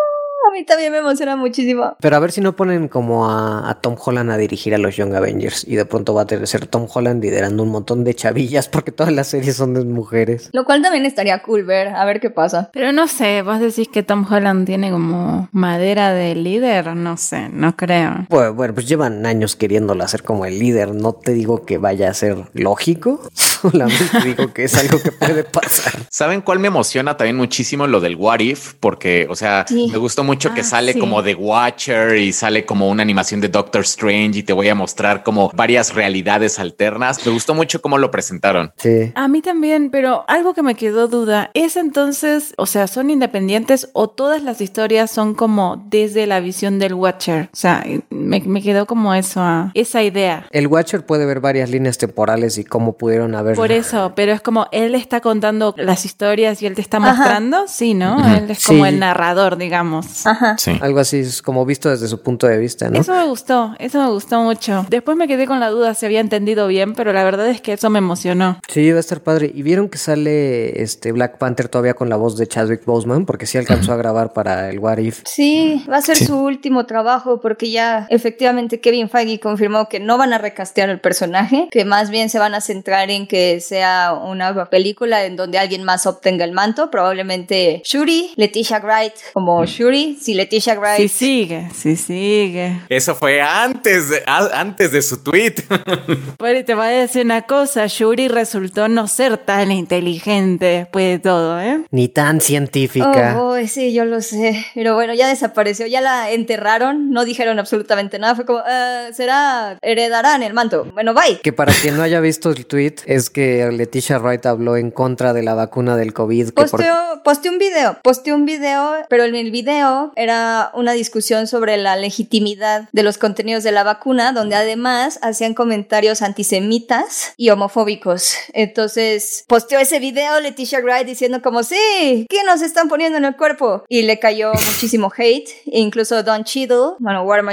A mí también me emociona muchísimo. Pero a ver si no ponen como a, a Tom Holland a dirigir a los Young Avengers y de pronto va a tener, ser Tom Holland liderando un montón de chavillas porque todas las series son de mujeres. Lo cual también estaría cool ver, a ver qué pasa. Pero no sé, vos decís que Tom Holland tiene como madera de líder, no sé, no creo. Bueno, bueno, pues llevan años queriéndolo hacer como el líder, no te digo que vaya a ser lógico, solamente digo que es algo que puede pasar. ¿Saben cuál me emociona también muchísimo? Lo del What If, porque, o sea, sí. me gustó mucho que ah, sale sí. como The Watcher y sale como una animación de Doctor Strange y te voy a mostrar como varias realidades alternas. Me gustó mucho cómo lo presentaron. Sí. A mí también, pero algo que me quedó duda es entonces, o sea, ¿son independientes o todas las historias son como desde la visión del Watcher? O sea, me, me quedó como eso, ah, esa idea. El Watcher puede ver varias líneas temporales y cómo pudieron haber... Por eso, pero es como él está contando las historias y él te está Ajá. mostrando, sí, ¿no? Uh-huh. Él es como sí. el narrador, digamos. Ajá. Sí. Algo así, es como visto desde su punto de vista, ¿no? Eso me gustó, eso me gustó mucho. Después me quedé con la duda si había entendido bien, pero la verdad es que eso me emocionó. Sí, va a estar padre. ¿Y vieron que sale este Black Panther todavía con la voz de Chadwick Boseman? Porque sí alcanzó uh-huh. a grabar para el What If. Sí, va a ser sí. su último trabajo porque ya efectivamente Kevin Feige confirmó que no van a recastear el personaje, que más bien se van a centrar en que sea una película en donde alguien más obtenga el manto, probablemente Shuri, Letitia Wright como Shuri, si Letitia Wright... Sí sigue, sí sigue. Eso fue antes de, a, antes de su tweet. Pero te voy a decir una cosa, Shuri resultó no ser tan inteligente después de todo, ¿eh? Ni tan científica. Oh, oh, sí, yo lo sé, pero bueno, ya desapareció, ya la enterraron, no dijeron absolutamente nada, fue como, uh, será, heredarán el manto, bueno, bye. Que para quien no haya visto el tweet, es que Letitia Wright habló en contra de la vacuna del COVID. Posteó, por... posteó un video, posteó un video, pero en el video era una discusión sobre la legitimidad de los contenidos de la vacuna, donde además hacían comentarios antisemitas y homofóbicos. Entonces, posteó ese video Letitia Wright diciendo como, sí, ¿qué nos están poniendo en el cuerpo? Y le cayó muchísimo hate, e incluso Don Cheadle, bueno, War Machine,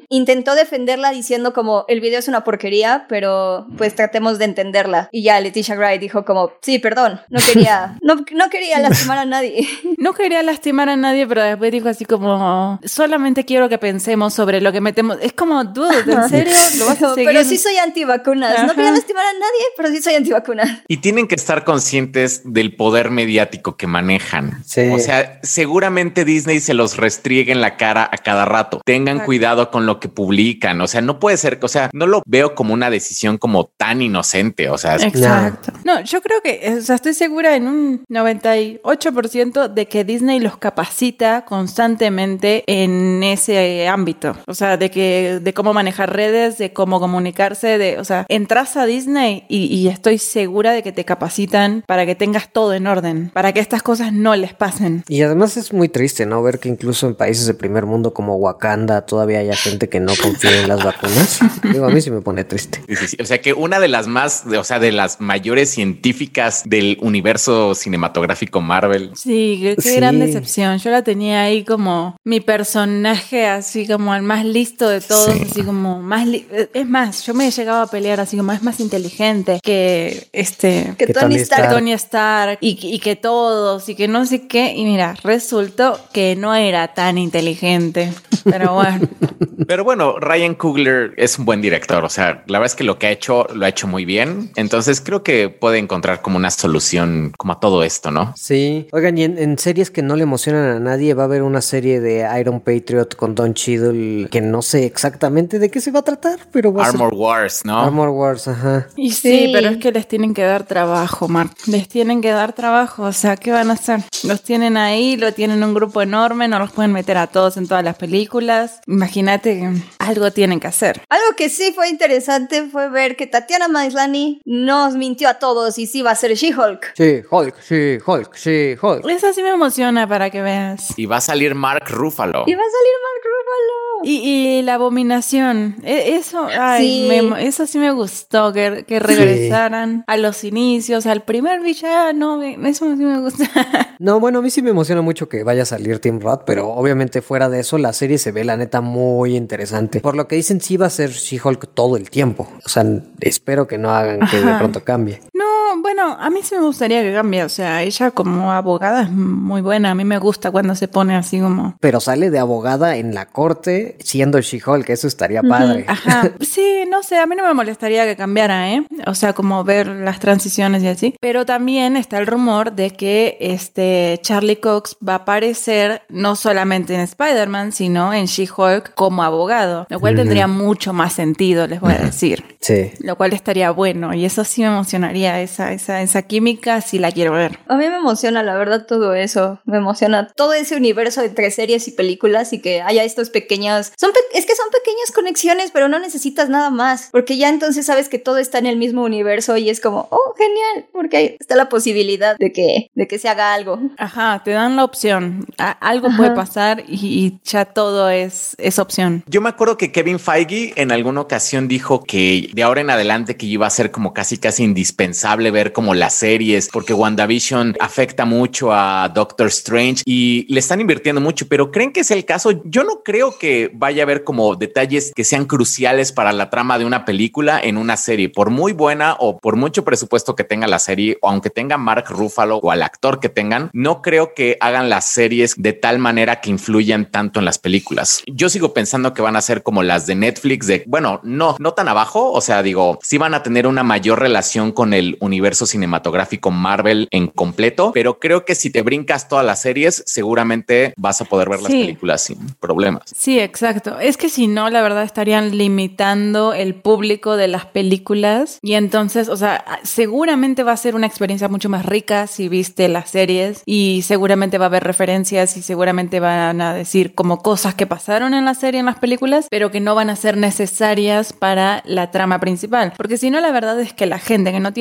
Disney intentó defenderla diciendo como el video es una porquería, pero pues tratemos de entenderla. Y ya Leticia Wright dijo como, sí, perdón, no quería, no, no quería lastimar a nadie. No quería lastimar a nadie, pero después dijo así como, solamente quiero que pensemos sobre lo que metemos. Es como, dude, ¿en serio? ¿Lo vas a seguir? Pero sí soy antivacunas. Ajá. No quería lastimar a nadie, pero sí soy antivacunas. Y tienen que estar conscientes del poder mediático que manejan. Sí. O sea, seguramente Disney se los restriegue en la cara a cada rato. Tengan Exacto. cuidado con lo que publican. O sea, no puede ser, o sea, no lo veo como una decisión como tan inocente. O sea, exacto. No, yo creo que, o sea, estoy segura en un noventa y ocho por ciento de que Disney los capacita constantemente en ese ámbito. O sea, de que, de cómo manejar redes, de cómo comunicarse, de, o sea, entras a Disney y, y estoy segura de que te capacitan para que tengas todo en orden, para que estas cosas no les pasen. Y además es muy triste, ¿no? Ver que incluso en países de primer mundo como Wakanda todavía haya gente que no confía en las vacunas. Digo, a mí sí me pone triste. Sí, sí, sí. O sea, que una de las más, o sea, de las mayores científicas del universo cinematográfico Marvel. Sí, qué, qué sí. gran decepción. Yo la tenía ahí como mi personaje, así como el más listo de todos, sí. así como más... Li- es más, yo me llegaba a pelear así como es más inteligente que este... Que, que Tony Stark. Tony Stark y, y que todos y que no sé qué. Y mira, resultó que no era tan inteligente. Pero bueno. Pero bueno, Ryan Coogler es un buen director. O sea, la verdad es que lo que ha hecho, lo ha hecho muy bien. Entonces creo que puede encontrar como una solución como a todo esto, ¿no? Sí. Oigan, y en, en series que no le emocionan a nadie, va a haber una serie de Iron Patriot con Don Cheadle que no sé exactamente de qué se va a tratar, pero va Armor a ser... Wars, ¿no? Armor Wars, ajá. Y sí, sí, pero es que les tienen que dar trabajo, Mark. Les tienen que dar trabajo. O sea, ¿qué van a hacer? Los tienen ahí, lo tienen un grupo enorme, no los pueden meter a todos en todas las películas. Imagínate que algo tienen que hacer. Algo que sí fue interesante fue ver que Tatiana Maslany nos mintió a todos y sí va a ser She-Hulk. Sí, Hulk, sí, Hulk, sí, Hulk. Eso sí me emociona para que veas. Y va a salir Mark Ruffalo. Y va a salir Mark Ruffalo. Y, y la abominación, eso, ay, sí. me, eso sí me gustó, que, que regresaran sí. a los inicios, al primer villano, eso sí me gusta. No, bueno, a mí sí me emociona mucho que vaya a salir Tim Roth, pero obviamente fuera de eso, la serie se ve, la neta, muy interesante. Por lo que dicen, sí va a ser She-Hulk todo el tiempo. O sea, espero que no hagan que Ajá. de pronto cambie. No, bueno, a mí sí me gustaría que cambie. O sea, ella como abogada es muy buena. A mí me gusta cuando se pone así como... Pero sale de abogada en la corte siendo She-Hulk, eso estaría padre. Ajá, sí, no sé, a mí no me molestaría que cambiara, ¿eh? O sea, como ver las transiciones y así. Pero también está el rumor de que este Charlie Cox va a aparecer no solamente en Spider-Man, sino en She-Hulk como abogado, lo cual uh-huh. tendría mucho más sentido, les voy a decir. Sí. Lo cual estaría bueno y eso sí me emocionaría, esa, esa, esa química sí la quiero ver. A mí me emociona, la verdad, todo eso. Me emociona todo ese universo entre series y películas y que haya estos pequeños... Son pe- es que son pequeñas conexiones, pero no necesitas nada más, porque ya entonces sabes que todo está en el mismo universo y es como, oh, genial, porque ahí está la posibilidad de que, de que se haga algo. Ajá, te dan la opción. A- algo Ajá. puede pasar y, y ya todo es, es opción. Yo me acuerdo que Kevin Feige en alguna ocasión dijo que de ahora en adelante que iba a ser como casi casi indispensable ver como las series, porque WandaVision afecta mucho a Doctor Strange y le están invirtiendo mucho, pero ¿creen que es el caso? Yo no creo que vaya a haber como detalles que sean cruciales para la trama de una película en una serie, por muy buena o por mucho presupuesto que tenga la serie, o aunque tenga Mark Ruffalo o al actor que tengan, no creo que hagan las series de tal manera que influyan tanto en las películas. Yo sigo pensando que van a ser como las de Netflix, de bueno, no, no tan abajo, o sea, digo, sí van a tener una mayor relación con el universo cinematográfico Marvel en completo, pero creo que si te brincas todas las series, seguramente vas a poder ver sí. las películas sin problemas. Sí, exacto. Es que si no, la verdad estarían limitando el público de las películas y entonces, o sea, seguramente va a ser una experiencia mucho más rica si viste las series y seguramente va a haber referencias y seguramente van a decir como cosas que pasaron en la serie, en las películas, pero que no van a ser necesarias para la trama principal. Porque si no, la verdad es que la gente que no tiene Disney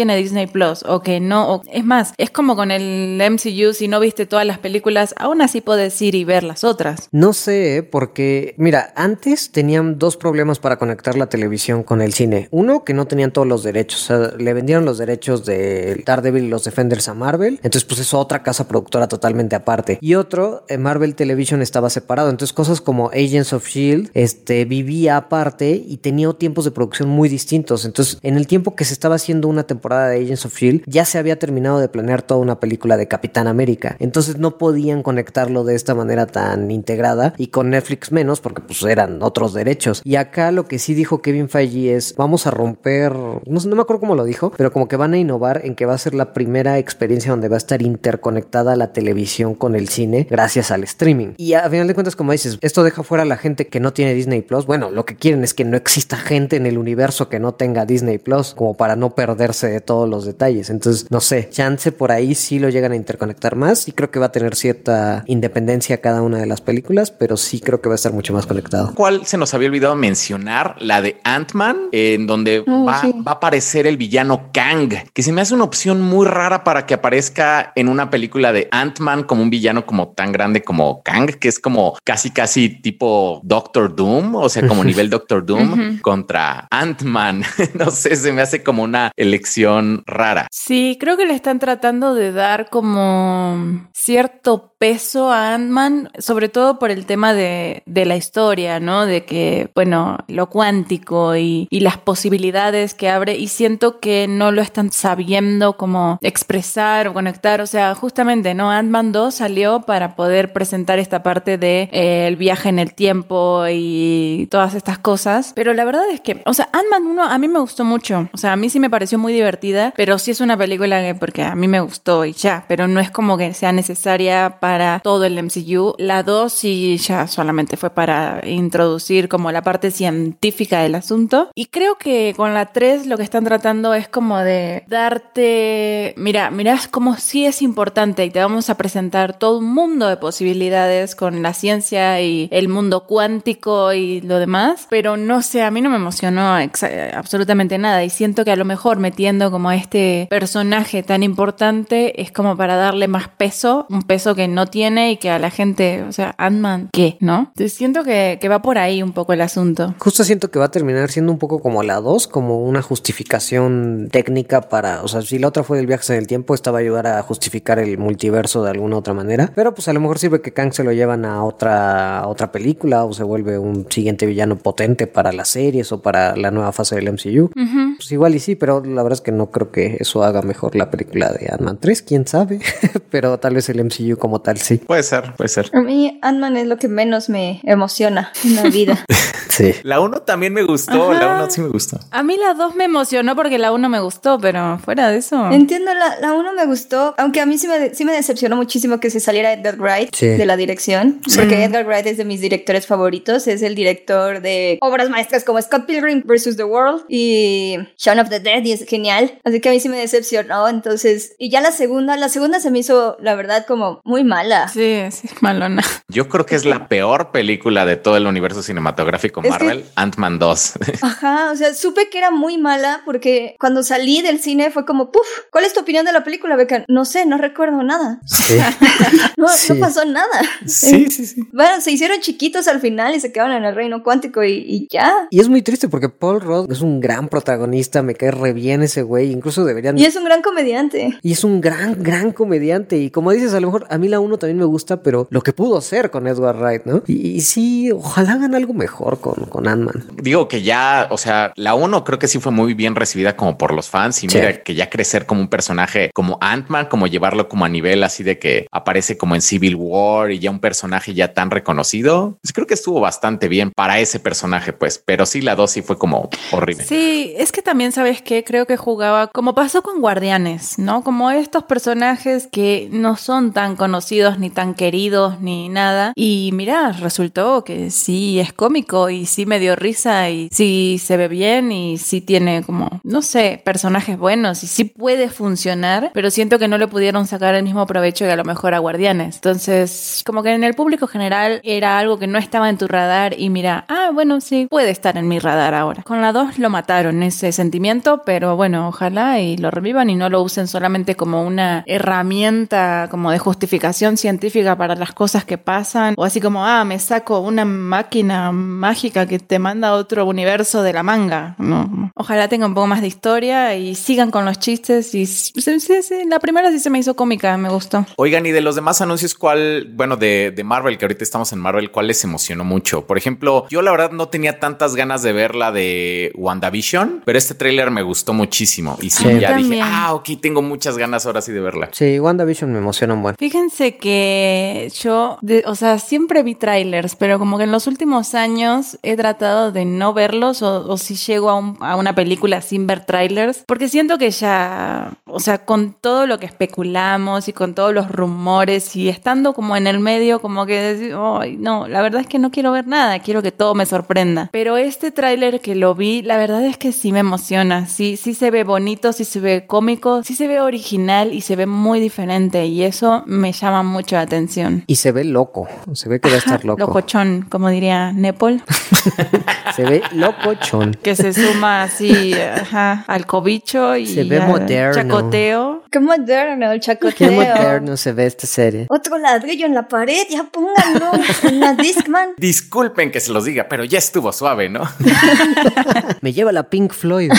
Plus o que no, o, es más, es como con el M C U, si no viste todas las películas, aún así puedes ir y ver las otras. No sé, ¿eh? Porque, mira, antes tenían dos problemas para conectar la televisión con el cine. Uno, que no tenían todos los derechos, o sea, le vendieron los derechos de Daredevil y los Defenders a Marvel, entonces pues es otra casa productora totalmente aparte. Y otro, eh, Marvel Television estaba separado, entonces cosas como Agents of S H I E L D este, vivía aparte y tenía tiempos de producción muy distintos. Entonces, en el tiempo que se estaba haciendo una temporada de Agents of S H I E L D, ya se había terminado de planear toda una película de Capitán América. Entonces no podían conectarlo de esta manera tan integrada, y con Netflix menos, porque pues eran otros derechos. Y acá lo que sí dijo Kevin Feige es, vamos a romper, no sé, no me acuerdo cómo lo dijo, pero como que van a innovar en que va a ser la primera experiencia donde va a estar interconectada la televisión con el cine gracias al streaming. Y a final de cuentas, como dices, esto deja fuera a la gente que no tiene Disney Plus. Bueno, lo que quieren es que no exista gente en el universo que no tenga Disney Plus, como para no perderse de todos los detalles. Entonces, no sé, chance por ahí sí lo llegan a interconectar más, y creo que va a tener cierta independencia cada una de las películas, pero sí creo que va a estar mucho más conectado. ¿Cuál se nos había olvidado mencionar? La de Ant-Man, en donde oh, va, sí. va a aparecer el villano Kang, que se me hace una opción muy rara para que aparezca en una película de Ant-Man como un villano como tan grande como Kang, que es como casi casi tipo Doctor Doom, o sea, como nivel Doctor Doom uh-huh. contra Ant-Man. No sé, se me hace como una elección rara. Sí, creo que le están tratando de dar como cierto peso a Ant-Man, sobre todo por el tema de, de la historia, ¿no? De que, bueno, lo cuántico y, y las posibilidades que abre, y siento que no lo están sabiendo cómo expresar o conectar. O sea, justamente, ¿no? Ant-Man dos salió para poder presentar esta parte de eh, el viaje en el tiempo y todas estas cosas, pero la verdad es que, o sea, Ant-Man uno a mí me gustó mucho, o sea, a mí sí me pareció muy divertida, pero sí es una película que, porque a mí me gustó y ya, pero no es como que sea necesaria para todo el M C U. La dos sí ya solamente fue para introducir como la parte científica del asunto, y creo que con la tres lo que están tratando es como de darte, mira, mira como sí es importante y te vamos a presentar todo un mundo de posibilidades con la ciencia y el mundo cuántico y lo demás, pero no sé, a mí no me emocionó exa- absolutamente nada, y siento que a lo mejor metiendo como a este personaje tan importante es como para darle más peso, un peso que no tiene y que a la gente, o sea, Ant-Man, ¿qué? ¿No? Entonces siento que, que va por ahí un poco el asunto. Justo siento que va a terminar siendo un poco como la dos, como una justificación técnica para, o sea, si la otra fue del viaje en el tiempo, esta va a ayudar a justificar el multiverso de alguna otra manera, pero pues a lo mejor sirve que Kang se lo llevan a otra, a otra película, o se vuelve un siguiente villano potente para las series o para la nueva fase del M C U. Uh-huh. Pues igual y sí, pero la verdad es que no creo que eso haga mejor la película de Ant-Man tres, quién sabe, pero tal vez el M C U como tal sí. Puede ser, puede ser. A mí Ant-Man es lo que menos me emociona en la vida. Sí. La uno también me gustó, ajá. La uno sí me gustó. A mí la dos me emocionó porque la uno me gustó, pero fuera de eso. Entiendo, la, la uno me gustó, aunque a mí sí me, sí me decepcionó muchísimo que se saliera Edgar Wright sí. de la dirección, sí. porque Edgar Wright es de mis directores favoritos, es el director de obras maestras como Scott Pilgrim versus The World y Shaun of the Dead, y es genial, así que a mí sí me decepcionó, entonces, y ya la segunda, la segunda se me hizo, la verdad, como muy mala. Sí, sí, malona. Yo creo que es la peor película de todo el universo cinematográfico Marvel, es que... Ant-Man dos. Ajá, o sea, supe que era muy mala porque cuando salí del cine fue como, puf, ¿cuál es tu opinión de la película, Beca? No sé, no recuerdo nada. Sí. no, sí. no pasó nada. Sí, sí, sí. Bueno, se hicieron chiquitos al final y se quedaron en el reino cuántico y, y ya. Y es muy triste porque Paul Rudd es un gran protagonista, me cae re bien ese güey, incluso deberían... Y es un gran comediante. Y es un gran, gran comediante, y como dices, a lo mejor a mí la uno también me gusta, pero lo que pudo hacer con Edgar Wright, ¿no? Y, y sí, ojalá hagan algo mejor con, con Ant-Man. Digo que ya, o sea, la uno creo que sí fue muy bien recibida como por los fans, y sí. mira que ya crecer como un personaje como Ant-Man, como llevarlo como a nivel así de que aparece como en Civil War y ya un personaje ya tan reconocido, pues creo que estuvo bastante bien para ese personaje, pues, pero sí la dos sí fue como horrible. Sí, es que también, ¿sabes qué? Creo que jugaba como pasó con Guardianes, ¿no? Como estos personajes que no son tan conocidos conocidos, ni tan queridos, ni nada. Y mira, resultó que sí es cómico y sí me dio risa y sí se ve bien y sí tiene como, no sé, personajes buenos y sí puede funcionar, pero siento que no le pudieron sacar el mismo provecho que a lo mejor a Guardianes. Entonces, como que en el público general era algo que no estaba en tu radar y mira, ah, bueno, sí, puede estar en mi radar ahora. Con la dos lo mataron ese sentimiento, pero bueno, ojalá y lo revivan y no lo usen solamente como una herramienta como de justificación científica para las cosas que pasan, o así como, ah, me saco una máquina mágica que te manda a otro universo de la manga. No. Ojalá tenga un poco más de historia y sigan con los chistes y sí, sí, sí, la primera sí se me hizo cómica, me gustó. Oigan, y de los demás anuncios, ¿cuál, bueno, de, de Marvel, que ahorita estamos en Marvel, cuál les emocionó mucho? Por ejemplo, yo la verdad no tenía tantas ganas de ver la de WandaVision, pero este tráiler me gustó muchísimo y sí, sí ya también dije, ah, ok, tengo muchas ganas ahora sí de verla. Sí, WandaVision me emociona un buen. Fíjense que yo, de, o sea, siempre vi trailers, pero como que en los últimos años he tratado de no verlos o, o si llego a, un, a una película sin ver trailers, porque siento que ya, o sea, con todo lo que especulamos y con todos los rumores y estando como en el medio, como que decir, ay, no, la verdad es que no quiero ver nada, quiero que todo me sorprenda. Pero este tráiler que lo vi, la verdad es que sí me emociona, sí, sí se ve bonito, sí se ve cómico, sí se ve original y se ve muy diferente y eso me llama mucho la atención. Y se ve loco, se ve que va a estar loco. Locochón, como diría Nepal. Se ve locochón. Que se suma así, ajá, al cobicho y se ve moderno. Chacoteo. Qué moderno el chacoteo. Qué moderno se ve esta serie. Otro ladrillo en la pared, ya pónganlo en la Discman. Disculpen que se los diga, pero ya estuvo suave, ¿no? Me lleva la Pink Floyd.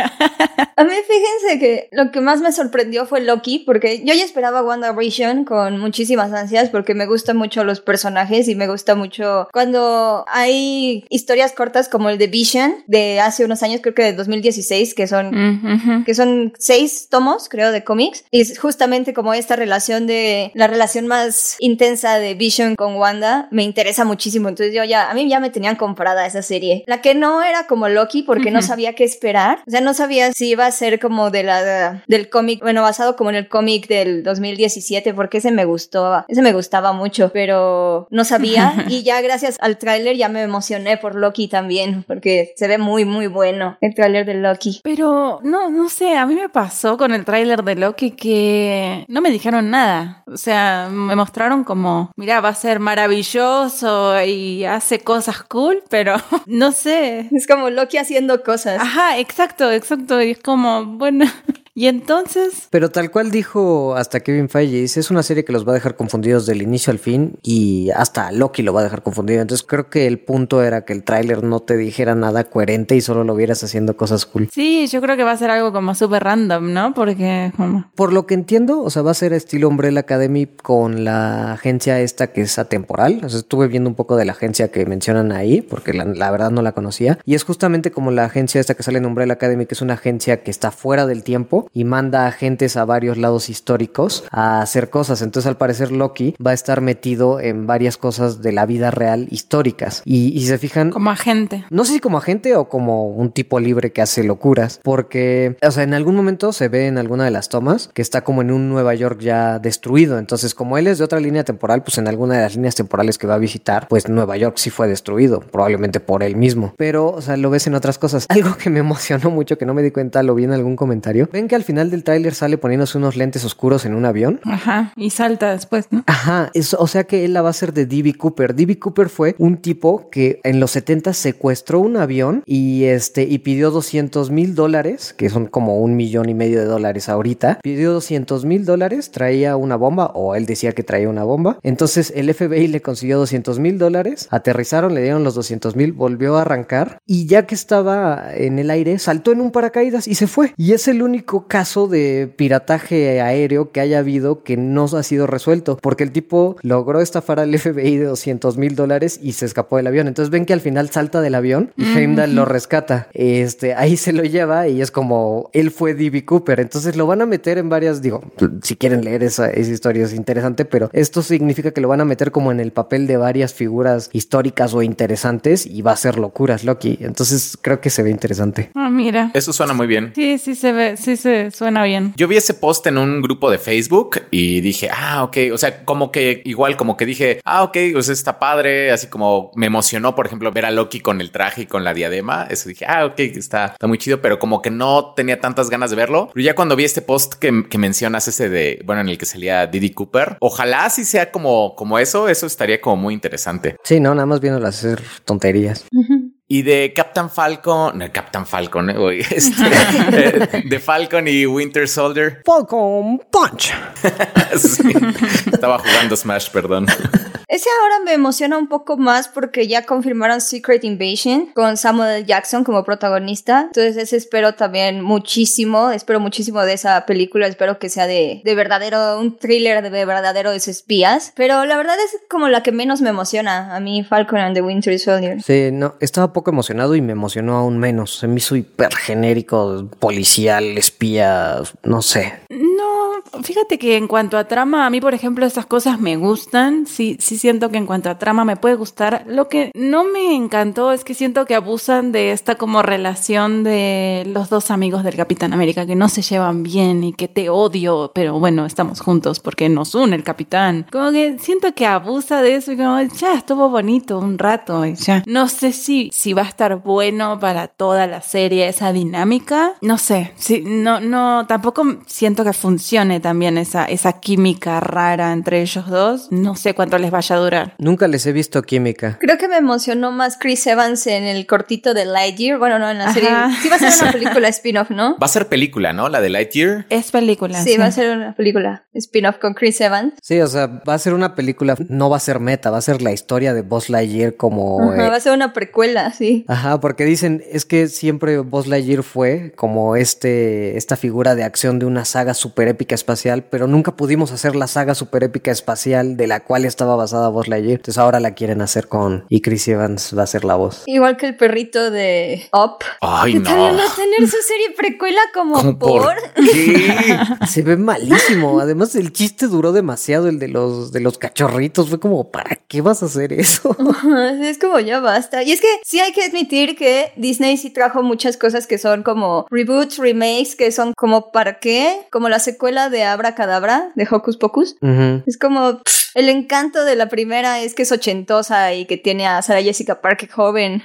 A mí fíjense que lo que más me sorprendió fue Loki, porque yo ya esperaba WandaVision con muchísimas ansias porque me gustan mucho los personajes y me gusta mucho cuando hay historias cortas como el de Vision de hace unos años, creo que de dos mil dieciséis, que son mm-hmm. que son seis tomos, creo, de cómics, y es justamente como esta relación de la relación más intensa de Vision con Wanda me interesa muchísimo, entonces yo ya, a mí ya me tenían comprada esa serie. La que no era como Loki porque mm-hmm. no sabía qué esperar, o sea, no sabía si iba a ser como de la de, del cómic, bueno, basado como en el cómic del dos mil diecisiete, porque ese me gustó, ese me gustaba mucho, pero no sabía y ya gracias al tráiler ya me emocioné por Loki también, porque se ve muy muy bueno el tráiler de Loki. Pero no, no sé, a mí me pasó con el tráiler de Loki que no me dijeron nada, o sea, me mostraron como, mira, va a ser maravilloso y hace cosas cool, pero no sé. Es como Loki haciendo cosas. Ajá, exacto, exacto, y es como, bueno... Y entonces... Pero tal cual dijo hasta Kevin Feige, dice, es una serie que los va a dejar confundidos del inicio al fin y hasta Loki lo va a dejar confundido. Entonces creo que el punto era que el tráiler no te dijera nada coherente y solo lo vieras haciendo cosas cool. Sí, yo creo que va a ser algo como súper random, ¿no? Porque... como... Por lo que entiendo, o sea, va a ser estilo Umbrella Academy con la agencia esta que es atemporal. O sea, estuve viendo un poco de la agencia que mencionan ahí, porque la, la verdad no la conocía. Y es justamente como la agencia esta que sale en Umbrella Academy, que es una agencia que está fuera del tiempo y manda agentes a varios lados históricos a hacer cosas. Entonces al parecer Loki va a estar metido en varias cosas de la vida real históricas y, y se fijan... Como agente. No sé si como agente o como un tipo libre que hace locuras, porque o sea, en algún momento se ve en alguna de las tomas que está como en un Nueva York ya destruido. Entonces como él es de otra línea temporal, pues en alguna de las líneas temporales que va a visitar, pues Nueva York sí fue destruido, probablemente por él mismo, pero o sea, lo ves en otras cosas. Algo que me emocionó mucho, que no me di cuenta, lo vi en algún comentario. Ven que al final del tráiler sale poniéndose unos lentes oscuros en un avión. Ajá, y salta después, ¿no? Ajá, eso, o sea que él la va a hacer de D B Cooper. D B Cooper fue un tipo que en los setenta secuestró un avión y este y pidió doscientos mil dólares, que son como un millón y medio de dólares ahorita. Pidió doscientos mil dólares, traía una bomba, o él decía que traía una bomba. Entonces el F B I le consiguió doscientos mil dólares, aterrizaron, le dieron los doscientos mil, volvió a arrancar y ya que estaba en el aire, saltó en un paracaídas y se fue. Y es el único caso de pirataje aéreo que haya habido que no ha sido resuelto, porque el tipo logró estafar al F B I de doscientos mil dólares y se escapó del avión. Entonces ven que al final salta del avión y mm-hmm. Heimdall lo rescata. Este, ahí se lo lleva y es como él fue D B Cooper. Entonces lo van a meter en varias, digo, si quieren leer esa, esa historia es interesante, pero esto significa que lo van a meter como en el papel de varias figuras históricas o interesantes y va a ser locuras Loki. Entonces creo que se ve interesante. Ah, mira. Eso suena muy bien. Sí, sí se ve, sí se ese suena bien. Yo vi ese post en un grupo de Facebook y dije, ah, ok, o sea, como que igual como que dije, ah, ok, pues está padre, así como me emocionó, por ejemplo, ver a Loki con el traje y con la diadema, eso dije, ah, ok, está, está muy chido, pero como que no tenía tantas ganas de verlo. Pero ya cuando vi este post que, que mencionas, ese de, bueno, en el que salía Diddy Cooper, ojalá sí sea como, como eso, eso estaría como muy interesante. Sí, no, nada más viéndolas hacer tonterías. Uh-huh. Y de Captain Falcon, no, Captain Falcon, eh, este, de Falcon y Winter Soldier. Falcon Punch. Sí, estaba jugando Smash, perdón. Ese ahora me emociona un poco más porque ya confirmaron Secret Invasion con Samuel L. Jackson como protagonista. Entonces ese espero también muchísimo. Espero muchísimo de esa película. Espero que sea de, de verdadero, un thriller de verdaderos espías. Pero la verdad es como la que menos me emociona a mí, Falcon and the Winter Soldier. Sí, no, estaba poco emocionado y me emocionó aún menos. Se me hizo hiper genérico, policial, espía, no sé. No, fíjate que en cuanto a trama, a mí, por ejemplo, estas cosas me gustan. Sí, sí siento que en cuanto a trama me puede gustar. Lo que no me encantó es que siento que abusan de esta como relación de los dos amigos del Capitán América, que no se llevan bien y que te odio, pero bueno, estamos juntos porque nos une el Capitán. Como que siento que abusa de eso y como, ya, estuvo bonito un rato y ya. No sé si, si va a estar bueno para toda la serie esa dinámica. No sé, sí, no, no, tampoco siento que funcione también esa, esa química rara entre ellos dos. No sé cuánto les vaya a durar. Nunca les he visto química. Creo que me emocionó más Chris Evans en el cortito de Lightyear. Bueno, no, en la Ajá. serie. Sí va a ser una película spin-off, ¿no? Va a ser película, ¿no? La de Lightyear. Es película. Sí, sí, va a ser una película spin-off con Chris Evans. Sí, o sea, va a ser una película, no va a ser meta, va a ser la historia de Buzz Lightyear como... Ajá, eh, va a ser una precuela, sí. Ajá, porque dicen, es que siempre Buzz Lightyear fue como este, esta figura de acción de una saga super épica espacial, pero nunca pudimos hacer la saga super épica espacial de la cual estaba basada Buzz Lightyear. Entonces ahora la quieren hacer con... Y Chris Evans va a ser la voz. Igual que el perrito de Up. Ay, que no. también va a tener su serie precuela como ¿Cómo por... por qué? Se ve malísimo. Además, el chiste duró demasiado, el de los, de los cachorritos. Fue como, ¿para qué vas a hacer eso? Es como, ya basta. Y es que sí hay que admitir que Disney sí trajo muchas cosas que son como reboots, remakes, que son como ¿para qué? Como la secuela de Abracadabra, de Hocus Pocus. Uh-huh. Es como... Pff, el encanto de la primera es que es ochentosa y que tiene a Sarah Jessica Parker joven.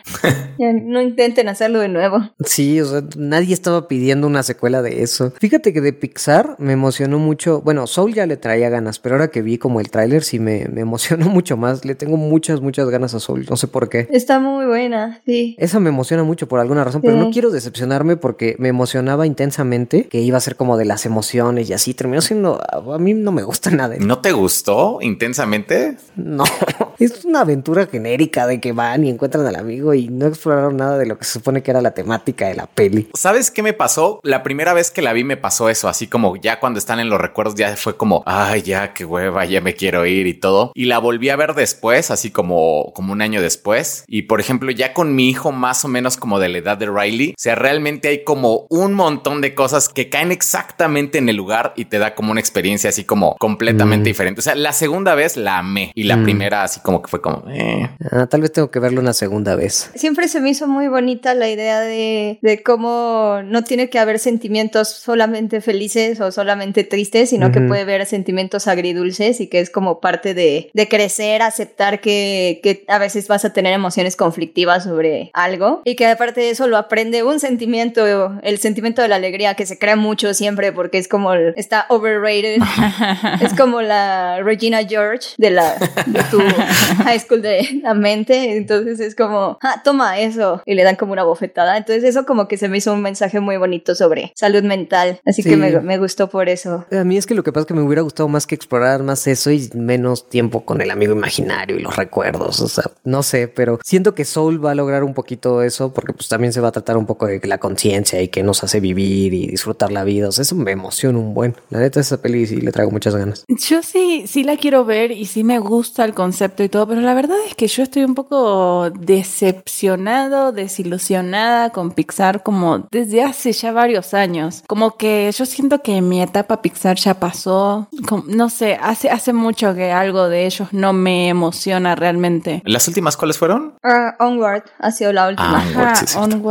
No intenten hacerlo de nuevo. Sí, o sea, nadie estaba pidiendo una secuela de eso. Fíjate que de Pixar me emocionó mucho. Bueno, Soul ya le traía ganas, pero ahora que vi como el tráiler sí me, me emocionó mucho más. Le tengo muchas, muchas ganas a Soul. No sé por qué. Está muy buena, sí. Esa me emociona mucho por alguna razón, Sí. pero no quiero decepcionarme porque me emocionaba intensamente que iba a ser como de las emociones y así. Terminó siendo... A mí no me gusta nada. ¿No te gustó intensamente? No, es una aventura genérica de que van y encuentran al amigo y no exploraron nada de lo que se supone que era la temática de la peli. ¿Sabes qué me pasó? La primera vez que la vi me pasó eso, así como ya cuando están en los recuerdos ya fue como, ay, ya qué hueva, ya me quiero ir y todo. Y la volví a ver después, así como, como un año después. Y por ejemplo, ya con mi hijo más o menos como de la edad de Riley, o sea, realmente hay como un montón de cosas que caen exactamente en el lugar y te da como una experiencia así como completamente Mm. diferente. O sea, la segunda vez la amé y la Mm. primera así como que fue como, eh. Ah, tal vez tengo que verlo una segunda vez. Siempre se me hizo muy bonita la idea de, de cómo no tiene que haber sentimientos solamente felices o solamente tristes, sino Ujú. que puede haber sentimientos agridulces y que es como parte de, de crecer, aceptar que, que a veces vas a tener emociones conflictivas sobre algo y que aparte de eso lo aprende un sentimiento, el sentimiento de la alegría que se crea mucho siempre porque es como el- está overrated. Es como la Regina George de la de tu high school de la mente. Entonces es como, ah, toma eso. Y le dan como una bofetada. Entonces eso como que se me hizo un mensaje muy bonito sobre salud mental. Así Sí. que me, me gustó por eso. A mí es que lo que pasa es que me hubiera gustado más que explorar más eso y menos tiempo con el amigo imaginario y los recuerdos. O sea, no sé, pero siento que Soul va a lograr un poquito eso porque pues también se va a tratar un poco de la conciencia y que nos hace vivir y disfrutar la vida. O sea, eso me emociona un buen. La neta, esa peli sí le traigo muchas ganas. Yo sí, sí la quiero ver y sí me gusta el concepto y todo, pero la verdad es que yo estoy un poco decepcionado, desilusionada con Pixar como desde hace ya varios años. Como que yo siento que mi etapa Pixar ya pasó. Como- no sé, hace, hace mucho que algo de ellos no me emociona realmente. ¿Las últimas cuáles fueron? Ah, Onward ha sido la última. Ah, Onward, Ajá, sí, cierto. Onward.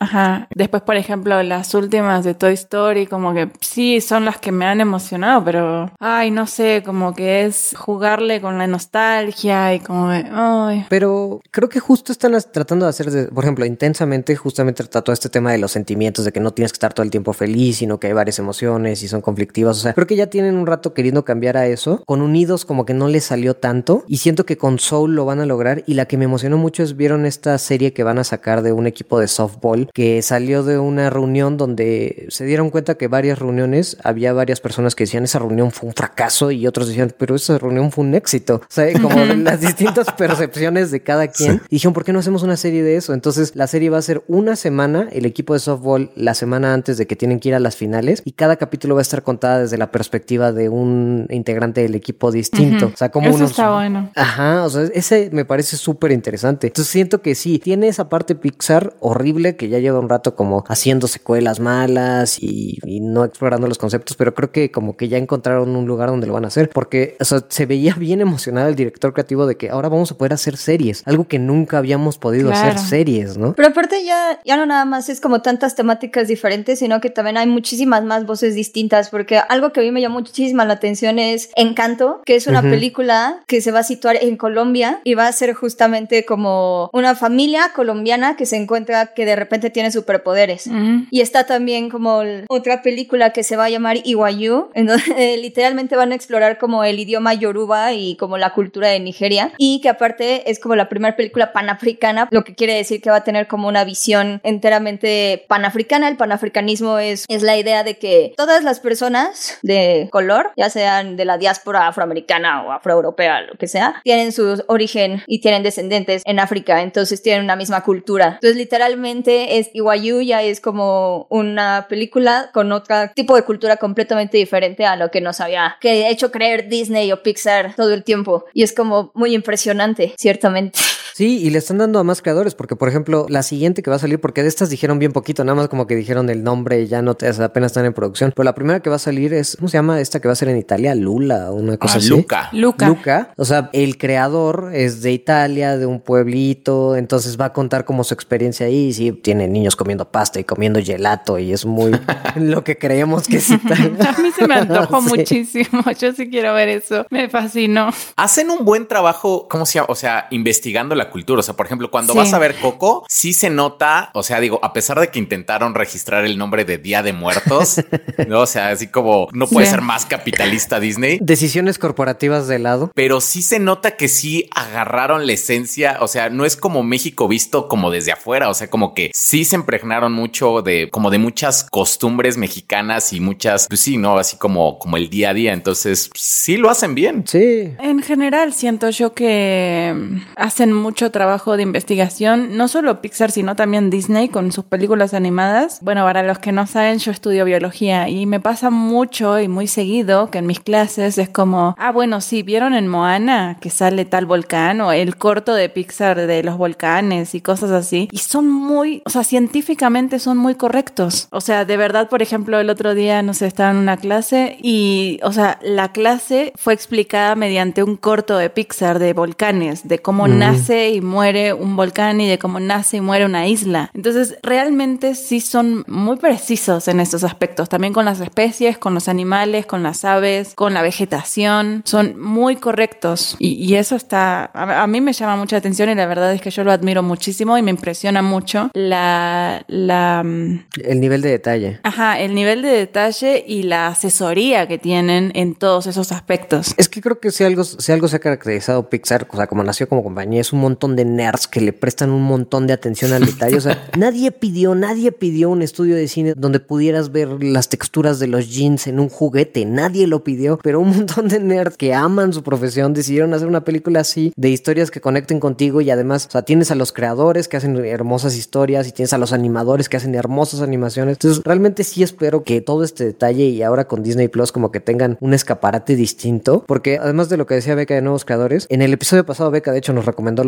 Ajá. Después, por ejemplo, las últimas de Toy Story, como que sí, son las que me han emocionado, pero, ay, no sé, como que es jugarle con la nostalgia y como de, ay. Pero creo que justo están tratando de hacer, de, por ejemplo, Intensamente, justamente trató este tema de los sentimientos, de que no tienes que estar todo el tiempo feliz, sino que hay varias emociones y son conflictivas. O sea, creo que ya tienen un rato queriendo cambiar a eso. Con Unidos como que no les salió tanto y siento que con Soul lo van a lograr. Y la que me emocionó mucho es, vieron esta serie que van a sacar de un equipo de softball que salió de una reunión donde se dieron cuenta que varias reuniones, había varias personas que decían esa reunión fue un fracaso y otros decían, pero esa reunión fue un éxito. O sea, como las distintas percepciones de cada quien. Sí. Y dijeron, ¿por qué no hacemos una serie de eso? Entonces la serie va a ser una semana, el equipo de softball la semana antes de que tienen que ir a las finales, y cada capítulo va a estar contada desde la perspectiva de un integrante del equipo distinto. Uh-huh. O sea, como eso unos... está bueno. Ajá, o sea, ese me parece súper interesante. Entonces siento que sí, tiene esa parte Pixar horrible que ya lleva un rato como haciendo secuelas malas y, y no explorando los conceptos, pero creo que como que ya encontraron un lugar donde lo van a hacer, porque o sea, se veía bien emocionado el director creativo de que ahora vamos a poder hacer series, algo que nunca habíamos podido claro. hacer series, ¿no? Pero aparte ya, ya no nada más es como tantas temáticas diferentes, sino que también hay muchísimas más voces distintas, porque algo que a mí me llamó muchísima la atención es Encanto, que es una uh-huh. película que se va a situar en Colombia y va a ser justamente como una familia colombiana que se encuentra que de repente tiene superpoderes. Uh-huh. Y está también como el, otra película que se va a llamar Iwayu, en donde eh, literalmente van a explorar como el idioma yoruba y como la cultura de Nigeria, y que aparte es como la primera película panafricana, lo que quiere decir que va a tener como una visión enteramente panafricana. El panafricanismo es, es la idea de que todas las personas de color, ya sean de la diáspora afroamericana o afroeuropea, lo que sea, tienen su origen y tienen descendentes en África, entonces tienen una misma cultura. Entonces literalmente es Iwayu, ya es como una película con otro tipo de cultura completamente diferente a lo que nos había que hecho creer Disney o Pixar todo el tiempo, y es como muy impresionante, ciertamente. Sí, y le están dando a más creadores, porque por ejemplo, la siguiente que va a salir, porque de estas dijeron bien poquito, nada más como que dijeron el nombre y ya no te, apenas están en producción, pero la primera que va a salir es, ¿cómo se llama esta que va a ser en Italia? Lula, una cosa ah, así. Luca. Luca. Luca. O sea, el creador es de Italia, de un pueblito, entonces va a contar como su experiencia ahí, y sí, tiene niños comiendo pasta y comiendo gelato, y es muy lo que creemos que es Italia. A mí se me antojó sí. muchísimo, yo sí quiero ver eso, me fascinó. Hacen un buen trabajo, ¿cómo se llama? O sea, investigando la cultura. O sea, por ejemplo, cuando sí. vas a ver Coco, sí se nota, o sea, digo, a pesar de que intentaron registrar el nombre de Día de Muertos, ¿no? O sea, así como no puede sí. ser más capitalista Disney. Decisiones corporativas de lado. Pero sí se nota que sí agarraron la esencia, o sea, no es como México visto como desde afuera, o sea, como que sí se impregnaron mucho de, como de muchas costumbres mexicanas y muchas, pues sí, ¿no? Así como, como el día a día, entonces sí lo hacen bien. Sí. En general siento yo que hacen mucho trabajo de investigación, no solo Pixar, sino también Disney con sus películas animadas. Bueno, para los que no saben, yo estudio biología y me pasa mucho y muy seguido que en mis clases es como, ah, bueno, sí, ¿vieron en Moana que sale tal volcán? O el corto de Pixar de los volcanes y cosas así. Y son muy, o sea, científicamente son muy correctos. O sea, de verdad, por ejemplo, el otro día, no sé, estaba en una clase y, o sea, la clase fue explicada mediante un corto de Pixar de volcanes, de cómo mm. nace y muere un volcán y de cómo nace y muere una isla. Entonces, realmente sí son muy precisos en estos aspectos. También con las especies, con los animales, con las aves, con la vegetación. Son muy correctos. Y, y eso está... A, a mí me llama mucha atención y la verdad es que yo lo admiro muchísimo y me impresiona mucho la... la el nivel de detalle. Ajá, el nivel de detalle y la asesoría que tienen en todos esos aspectos. Es que creo que si algo, si algo se ha caracterizado Pixar, o sea, como nació como compañía, es un montón de nerds que le prestan un montón de atención al detalle. O sea, nadie pidió, nadie pidió un estudio de cine donde pudieras ver las texturas de los jeans en un juguete. Nadie lo pidió, pero un montón de nerds que aman su profesión decidieron hacer una película así, de historias que conecten contigo, y además, o sea, tienes a los creadores que hacen hermosas historias y tienes a los animadores que hacen hermosas animaciones. Entonces, realmente sí espero que todo este detalle, y ahora con Disney Plus, como que tengan un escaparate distinto, porque además de lo que decía Beca de nuevos creadores, en el episodio pasado Beca de hecho nos recomendó los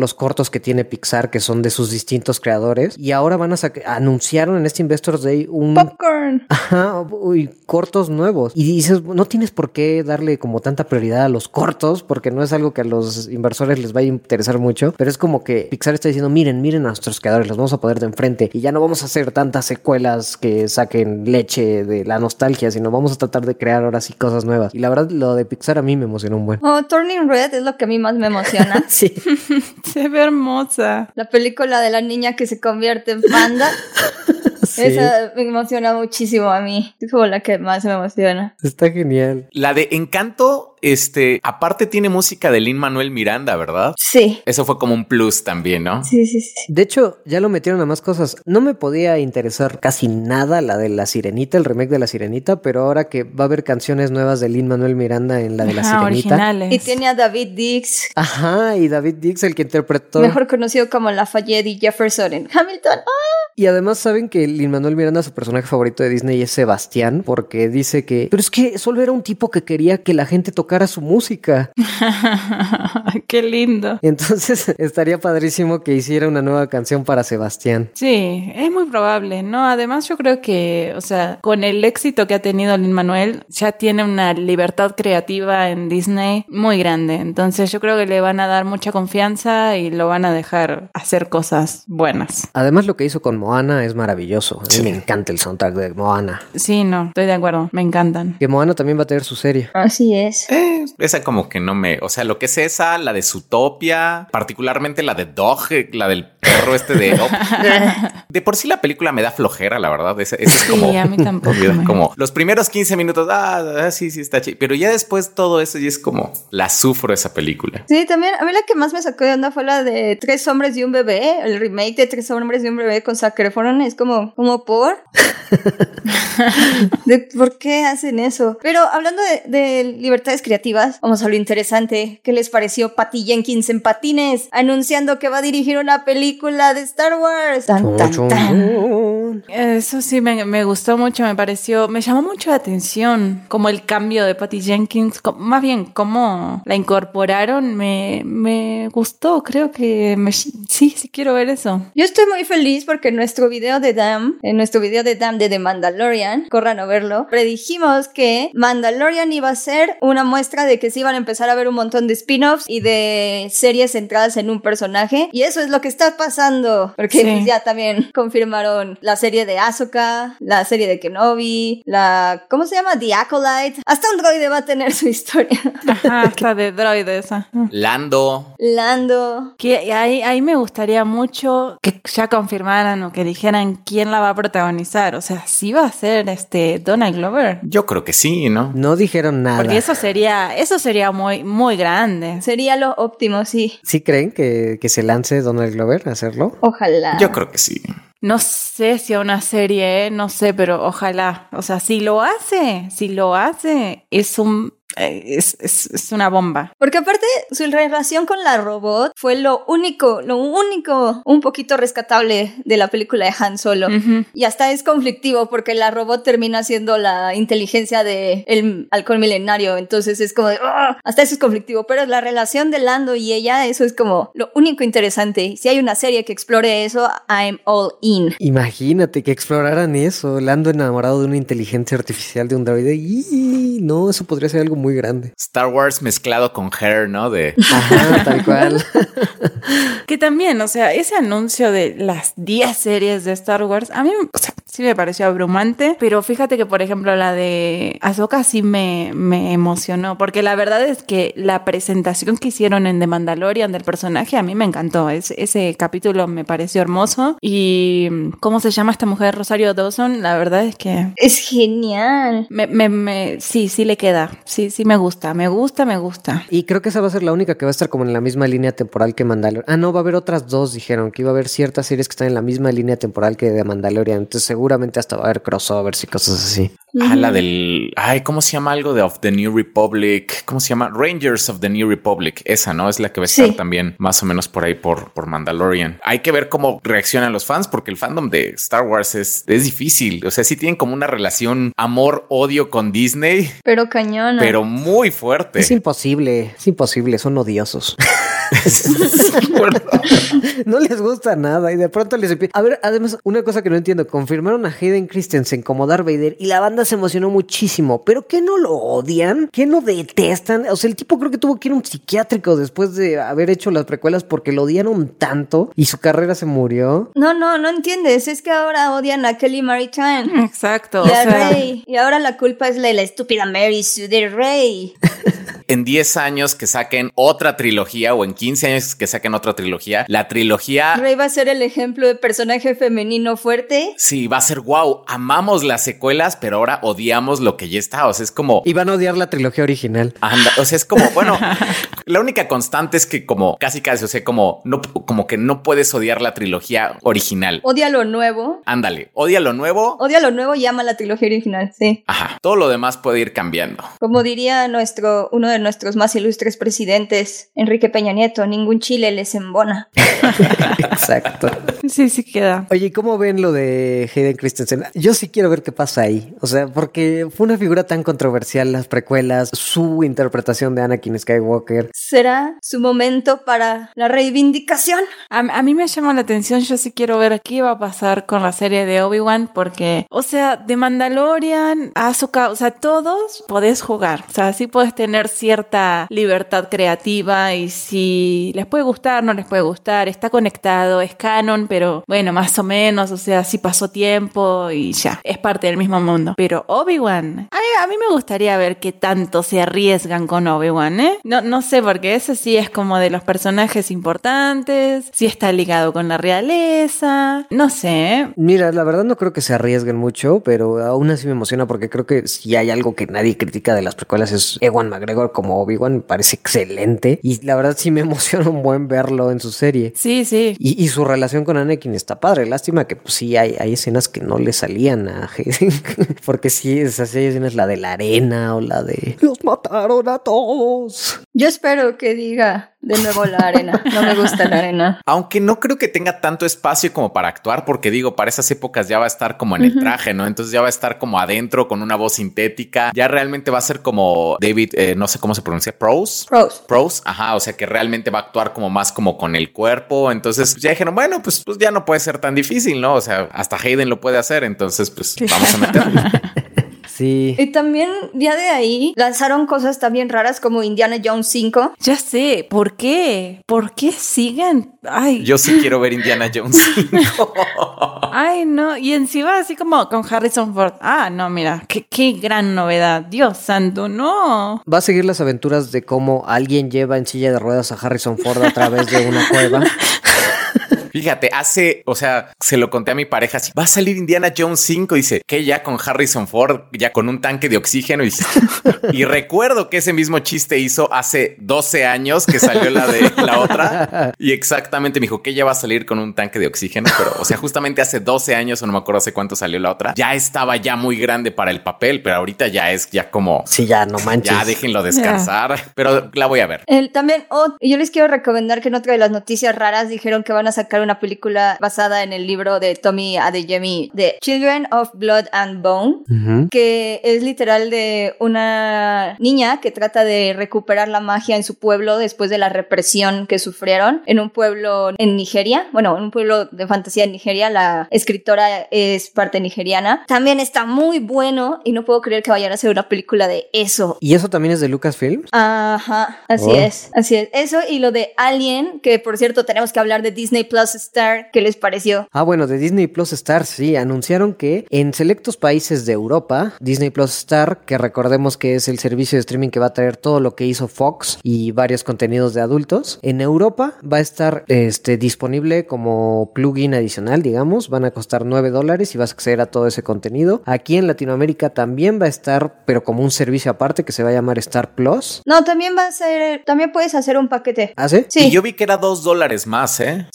los cortos que tiene Pixar, que son de sus distintos creadores, y ahora van a sacar, anunciaron en este Investors Day un... Popcorn. Ajá, uy, cortos nuevos. Y dices, no tienes por qué darle como tanta prioridad a los cortos, porque no es algo que a los inversores les vaya a interesar mucho, pero es como que Pixar está diciendo, miren, miren a nuestros creadores, los vamos a poner de enfrente, y ya no vamos a hacer tantas secuelas que saquen leche de la nostalgia, sino vamos a tratar de crear ahora sí cosas nuevas. Y la verdad, lo de Pixar a mí me emocionó un buen. Oh, Turning Red es lo que a mí más me emociona. Sí. Se ve hermosa. La película de la niña que se convierte en panda. Sí. Esa me emociona muchísimo a mí. Es como la que más me emociona. Está genial. La de Encanto, este, aparte tiene música de Lin-Manuel Miranda, ¿verdad? Sí. Eso fue como un plus también, ¿no? Sí, sí, sí. De hecho, ya lo metieron a más cosas. No me podía interesar casi nada la de La Sirenita, el remake de La Sirenita, pero ahora que va a haber canciones nuevas de Lin-Manuel Miranda en la de La Ajá, Sirenita. Originales. Y tiene a David Dix. Ajá, y David Dix, el que interpretó. Mejor conocido como Lafayette y Jefferson en Hamilton. ¡Ah! Y además saben que Lin-Manuel Miranda, su personaje favorito de Disney es Sebastián, porque dice que, pero es que solo era un tipo que quería que la gente tocara su música. Qué lindo. Entonces estaría padrísimo que hiciera una nueva canción para Sebastián. Sí, es muy probable, ¿no? Además yo creo que, o sea, con el éxito que ha tenido Lin-Manuel, ya tiene una libertad creativa en Disney muy grande. Entonces yo creo que le van a dar mucha confianza y lo van a dejar hacer cosas buenas. Además lo que hizo con Moana es maravilloso. A mí sí. Me encanta el soundtrack de Moana. Sí, no, estoy de acuerdo, me encantan. Que Moana también va a tener su serie. Así es. Eh, esa como que no me... O sea, lo que es esa, la de Zootopia, particularmente la de Dog, la del perro este de... Oh, de por sí la película me da flojera, la verdad. Ese, ese es sí, como... a mí tampoco. Me... Como los primeros quince minutos, ah, sí, sí, está chido. Pero ya después todo eso y es como... La sufro esa película. Sí, también a mí la que más me sacó de onda fue la de Tres hombres y un bebé. El remake de Tres hombres y un bebé con Zac Efron. Es como, como por... de, ¿por qué hacen eso? Pero hablando de, de libertades creativas, vamos a lo interesante. ¿Qué les pareció Patty Jenkins en patines anunciando que va a dirigir una película de Star Wars? Tan, tan, tan. Eso sí me, me gustó mucho, me pareció, me llamó mucho la atención como el cambio de Patty Jenkins, como, más bien cómo la incorporaron, me, me gustó, creo que me, sí, sí quiero ver eso. Yo estoy muy feliz porque en nuestro video de Damn, en nuestro video de Damn de The Mandalorian, corran a verlo, predijimos que Mandalorian iba a ser una muestra de que se iban a empezar a ver un montón de spin-offs y de series centradas en un personaje, y eso es lo que está pasando, porque sí. Ya también confirmaron la serie de Ahsoka, la serie de Kenobi, la... ¿cómo se llama? The Acolyte. Hasta un droide va a tener su historia. Ajá, hasta de droides. Lando. Lando. Que ahí, ahí me gustaría mucho que ya confirmaran o que dijeran quién la va a protagonizar. O sea, ¿sí va a ser este Donald Glover? Yo creo que sí, ¿no? No dijeron nada. Porque eso sería, eso sería muy, muy grande. Sería lo óptimo, sí. ¿Sí creen que, que se lance Donald Glover a hacerlo? Ojalá. Yo creo que sí. No sé si a una serie, ¿eh? No sé, pero ojalá. O sea, si lo hace, si lo hace, es un... Es, es, es una bomba. Porque aparte su relación con la robot fue lo único, lo único un poquito rescatable de la película de Han Solo. Uh-huh. Y hasta es conflictivo porque la robot termina siendo la inteligencia del halcón milenario. Entonces es como de, ¡oh! Hasta eso es conflictivo. Pero la relación de Lando y ella, eso es como lo único interesante. Si hay una serie que explore eso, I'm all in. Imagínate que exploraran eso, Lando enamorado de una inteligencia artificial de un droide. Y no, eso podría ser algo muy grande. Star Wars mezclado con Her, ¿no? De... Ajá, tal cual. Que también, o sea, ese anuncio de las diez series de Star Wars, a mí, o sea, sí me pareció abrumante, pero fíjate que, por ejemplo, la de Ahsoka sí me, me emocionó, porque la verdad es que la presentación que hicieron en The Mandalorian del personaje a mí me encantó. Es, ese capítulo me pareció hermoso. Y ¿cómo se llama esta mujer? Rosario Dawson, la verdad es que... Es genial. Me, me, me, sí, sí le queda. Sí, sí me gusta, me gusta, me gusta. Y creo que esa va a ser la única que va a estar como en la misma línea temporal que Mandalorian. Ah, no, va a haber otras dos, dijeron, que iba a haber ciertas series que están en la misma línea temporal que de Mandalorian. Entonces seguramente hasta va a haber crossovers y cosas así. Ah, la del... Ay, ¿cómo se llama algo de Of the New Republic? ¿Cómo se llama? Rangers of the New Republic. Esa, ¿no? Es la que va a estar sí. también más o menos por ahí por, por Mandalorian. Hay que ver cómo reaccionan los fans porque el fandom de Star Wars es, es difícil. O sea, sí tienen como una relación amor-odio con Disney. Pero cañona. Pero muy fuerte. Es imposible, es imposible. Son odiosos. No les gusta nada y de pronto les empieza... A ver, además, una cosa que no entiendo, confirmaron a Hayden Christensen como Darth Vader y la banda se emocionó muchísimo, pero ¿qué no lo odian? ¿Qué no detestan? O sea, el tipo creo que tuvo que ir a un psiquiátrico después de haber hecho las precuelas porque lo odiaron tanto y su carrera se murió. No, no, no entiendes, es que ahora odian a Kelly Maritime. Exacto. Y a o sea... Rey. Y ahora la culpa es de la estúpida Mary Sue de Rey. En diez años que saquen otra trilogía o en quince años que saquen otra trilogía, la trilogía... Rey va a ser el ejemplo de personaje femenino fuerte. Sí, va a ser wow, amamos las secuelas, pero ahora odiamos lo que ya está, o sea, es como... Y van a odiar la trilogía original. Anda, o sea, es como, bueno, la única constante es que como casi casi, o sea, como, no, como que no puedes odiar la trilogía original. Odia lo nuevo. Ándale, odia lo nuevo. Odia lo nuevo y ama la trilogía original, sí. Ajá, todo lo demás puede ir cambiando. Como diría nuestro, uno de nuestros más ilustres presidentes, Enrique Peña Nieto, ningún chile les embona. Exacto. Sí, sí queda. Oye, ¿cómo ven lo de Hayden Christensen? Yo sí quiero ver qué pasa ahí. O sea, porque fue una figura tan controversial, las precuelas, su interpretación de Anakin Skywalker. ¿Será su momento para la reivindicación? A, a mí me llama la atención, yo sí quiero ver qué va a pasar con la serie de Obi-Wan, porque, o sea, de Mandalorian a Ahsoka, o sea, todos podés jugar. O sea, sí podés tener cierta libertad creativa y si les puede gustar, no les puede gustar, está conectado, es canon, pero bueno, más o menos, o sea, sí pasó tiempo y ya, es parte del mismo mundo. Pero Obi-Wan, a mí, a mí me gustaría ver qué tanto se arriesgan con Obi-Wan, ¿eh? No, no sé, porque ese sí es como de los personajes importantes, sí está ligado con la realeza, no sé, ¿eh? Mira, la verdad no creo que se arriesguen mucho, pero aún así me emociona porque creo que si hay algo que nadie critica de las precuelas es Ewan McGregor como Obi-Wan, me parece excelente y la verdad sí me emociona un buen verlo en su serie. Sí, sí. Y, y su relación con Anakin está padre. Lástima que pues sí hay, hay escenas que no le salían a Hayden porque sí, esas escenas, la de la arena o la de los mataron a todos. Yo espero que diga de nuevo la arena. No me gusta la arena. Aunque no creo que tenga tanto espacio como para actuar, porque digo, para esas épocas ya va a estar como en el traje, ¿no? Entonces ya va a estar como adentro con una voz sintética. Ya realmente va a ser como David, eh, no sé cómo se pronuncia, Prowse. Prowse. Prowse, ajá, o sea que realmente va a actuar como más como con el cuerpo. Entonces pues ya dijeron, bueno, pues, pues ya no puede ser tan difícil, ¿no? O sea, hasta Hayden lo puede hacer, entonces pues vamos a meterlo. Sí. Y también ya de ahí lanzaron cosas también raras como Indiana Jones cinco. Ya sé, ¿por qué? ¿Por qué siguen? Ay. Yo sí quiero ver Indiana Jones cinco. Ay, no. Y encima así como con Harrison Ford. Ah, no, mira, qué, qué gran novedad. Dios santo, no. Va a seguir las aventuras de cómo alguien lleva en silla de ruedas a Harrison Ford a través de una cueva. Fíjate, hace, o sea, se lo conté a mi pareja, así, va a salir Indiana Jones cinco, dice, que ya con Harrison Ford, ya con un tanque de oxígeno, y, y recuerdo que ese mismo chiste hizo hace doce años que salió la de la otra, y exactamente me dijo que ya va a salir con un tanque de oxígeno, pero, o sea, justamente hace doce años, o no me acuerdo hace cuánto salió la otra, ya estaba ya muy grande para el papel, pero ahorita ya es ya como... Sí, ya, no manches. Ya déjenlo descansar, yeah. Pero la voy a ver. El, también, oh, yo les quiero recomendar que en otra de las noticias raras dijeron que van a sacar una película basada en el libro de Tommy Adeyemi de Children of Blood and Bone, uh-huh. que es literal de una niña que trata de recuperar la magia en su pueblo después de la represión que sufrieron en un pueblo en Nigeria, bueno, en un pueblo de fantasía en Nigeria. La escritora es parte nigeriana. También está muy bueno y no puedo creer que vayan a hacer una película de eso. ¿Y eso también es de Lucasfilm? Ajá, así oh. es, así es. Eso y lo de Alien, que por cierto tenemos que hablar de Disney Plus Star. ¿Qué les pareció? Ah, bueno, de Disney Plus Star, sí, anunciaron que en selectos países de Europa, Disney Plus Star, que recordemos que es el servicio de streaming que va a traer todo lo que hizo Fox y varios contenidos de adultos, en Europa va a estar este, disponible como plugin adicional, digamos, van a costar nueve dólares y vas a acceder a todo ese contenido. Aquí en Latinoamérica también va a estar, pero como un servicio aparte que se va a llamar Star Plus. No, también va a ser, también puedes hacer un paquete. ¿Ah, sí? Sí. Y yo vi que era dos dólares más, ¿eh? Sí. Sí.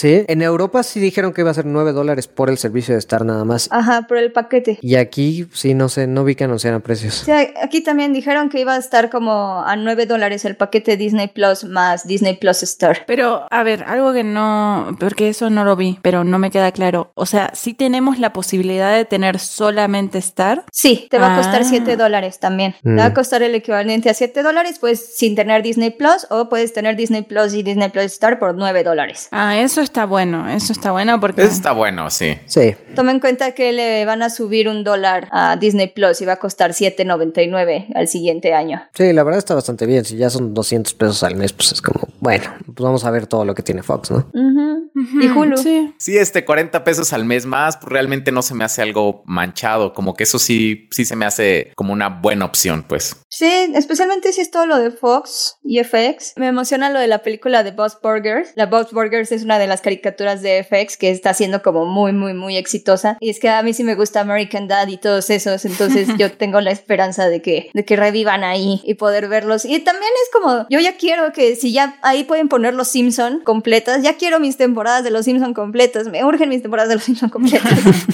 Sí, en Europa sí dijeron que iba a ser nueve dólares por el servicio de Star nada más. Ajá, por el paquete. Y aquí sí, no sé, no vi que anunciaran precios. Sí, aquí también dijeron que iba a estar como a nueve dólares el paquete Disney Plus más Disney Plus Star. Pero, a ver, algo que no, porque eso no lo vi, pero no me queda claro. O sea, ¿sí tenemos la posibilidad de tener solamente Star? Sí, te va Ah. a costar siete dólares también. Mm. Te va a costar el equivalente a siete dólares, pues sin tener Disney Plus, o puedes tener Disney Plus y Disney Plus Star por nueve dólares. Ah, eso está bueno, eso está bueno porque... Eso está bueno, sí. Sí. Toma en cuenta que le van a subir un dólar a Disney Plus y va a costar siete noventa y nueve al siguiente año. Sí, la verdad está bastante bien. Si ya son doscientos pesos al mes, pues es como, bueno, pues vamos a ver todo lo que tiene Fox, ¿no? Uh-huh. Ujú, Y Hulu. Sí. Sí, este cuarenta pesos al mes más, pues realmente no se me hace algo manchado. Como que eso sí, sí se me hace como una buena opción, pues. Sí, especialmente si es todo lo de Fox y F X. Me emociona lo de la película de Bob's Burgers. La Bob's Burgers es una de las caricaturas de F X que está siendo como muy, muy, muy exitosa. Y es que a mí sí me gusta American Dad y todos esos. Entonces yo tengo la esperanza de que, de que revivan ahí y poder verlos. Y también es como, yo ya quiero que si ya ahí pueden poner los Simpson completas, ya quiero mis temporadas de los Simpson completas. Me urgen mis temporadas de los Simpson completas.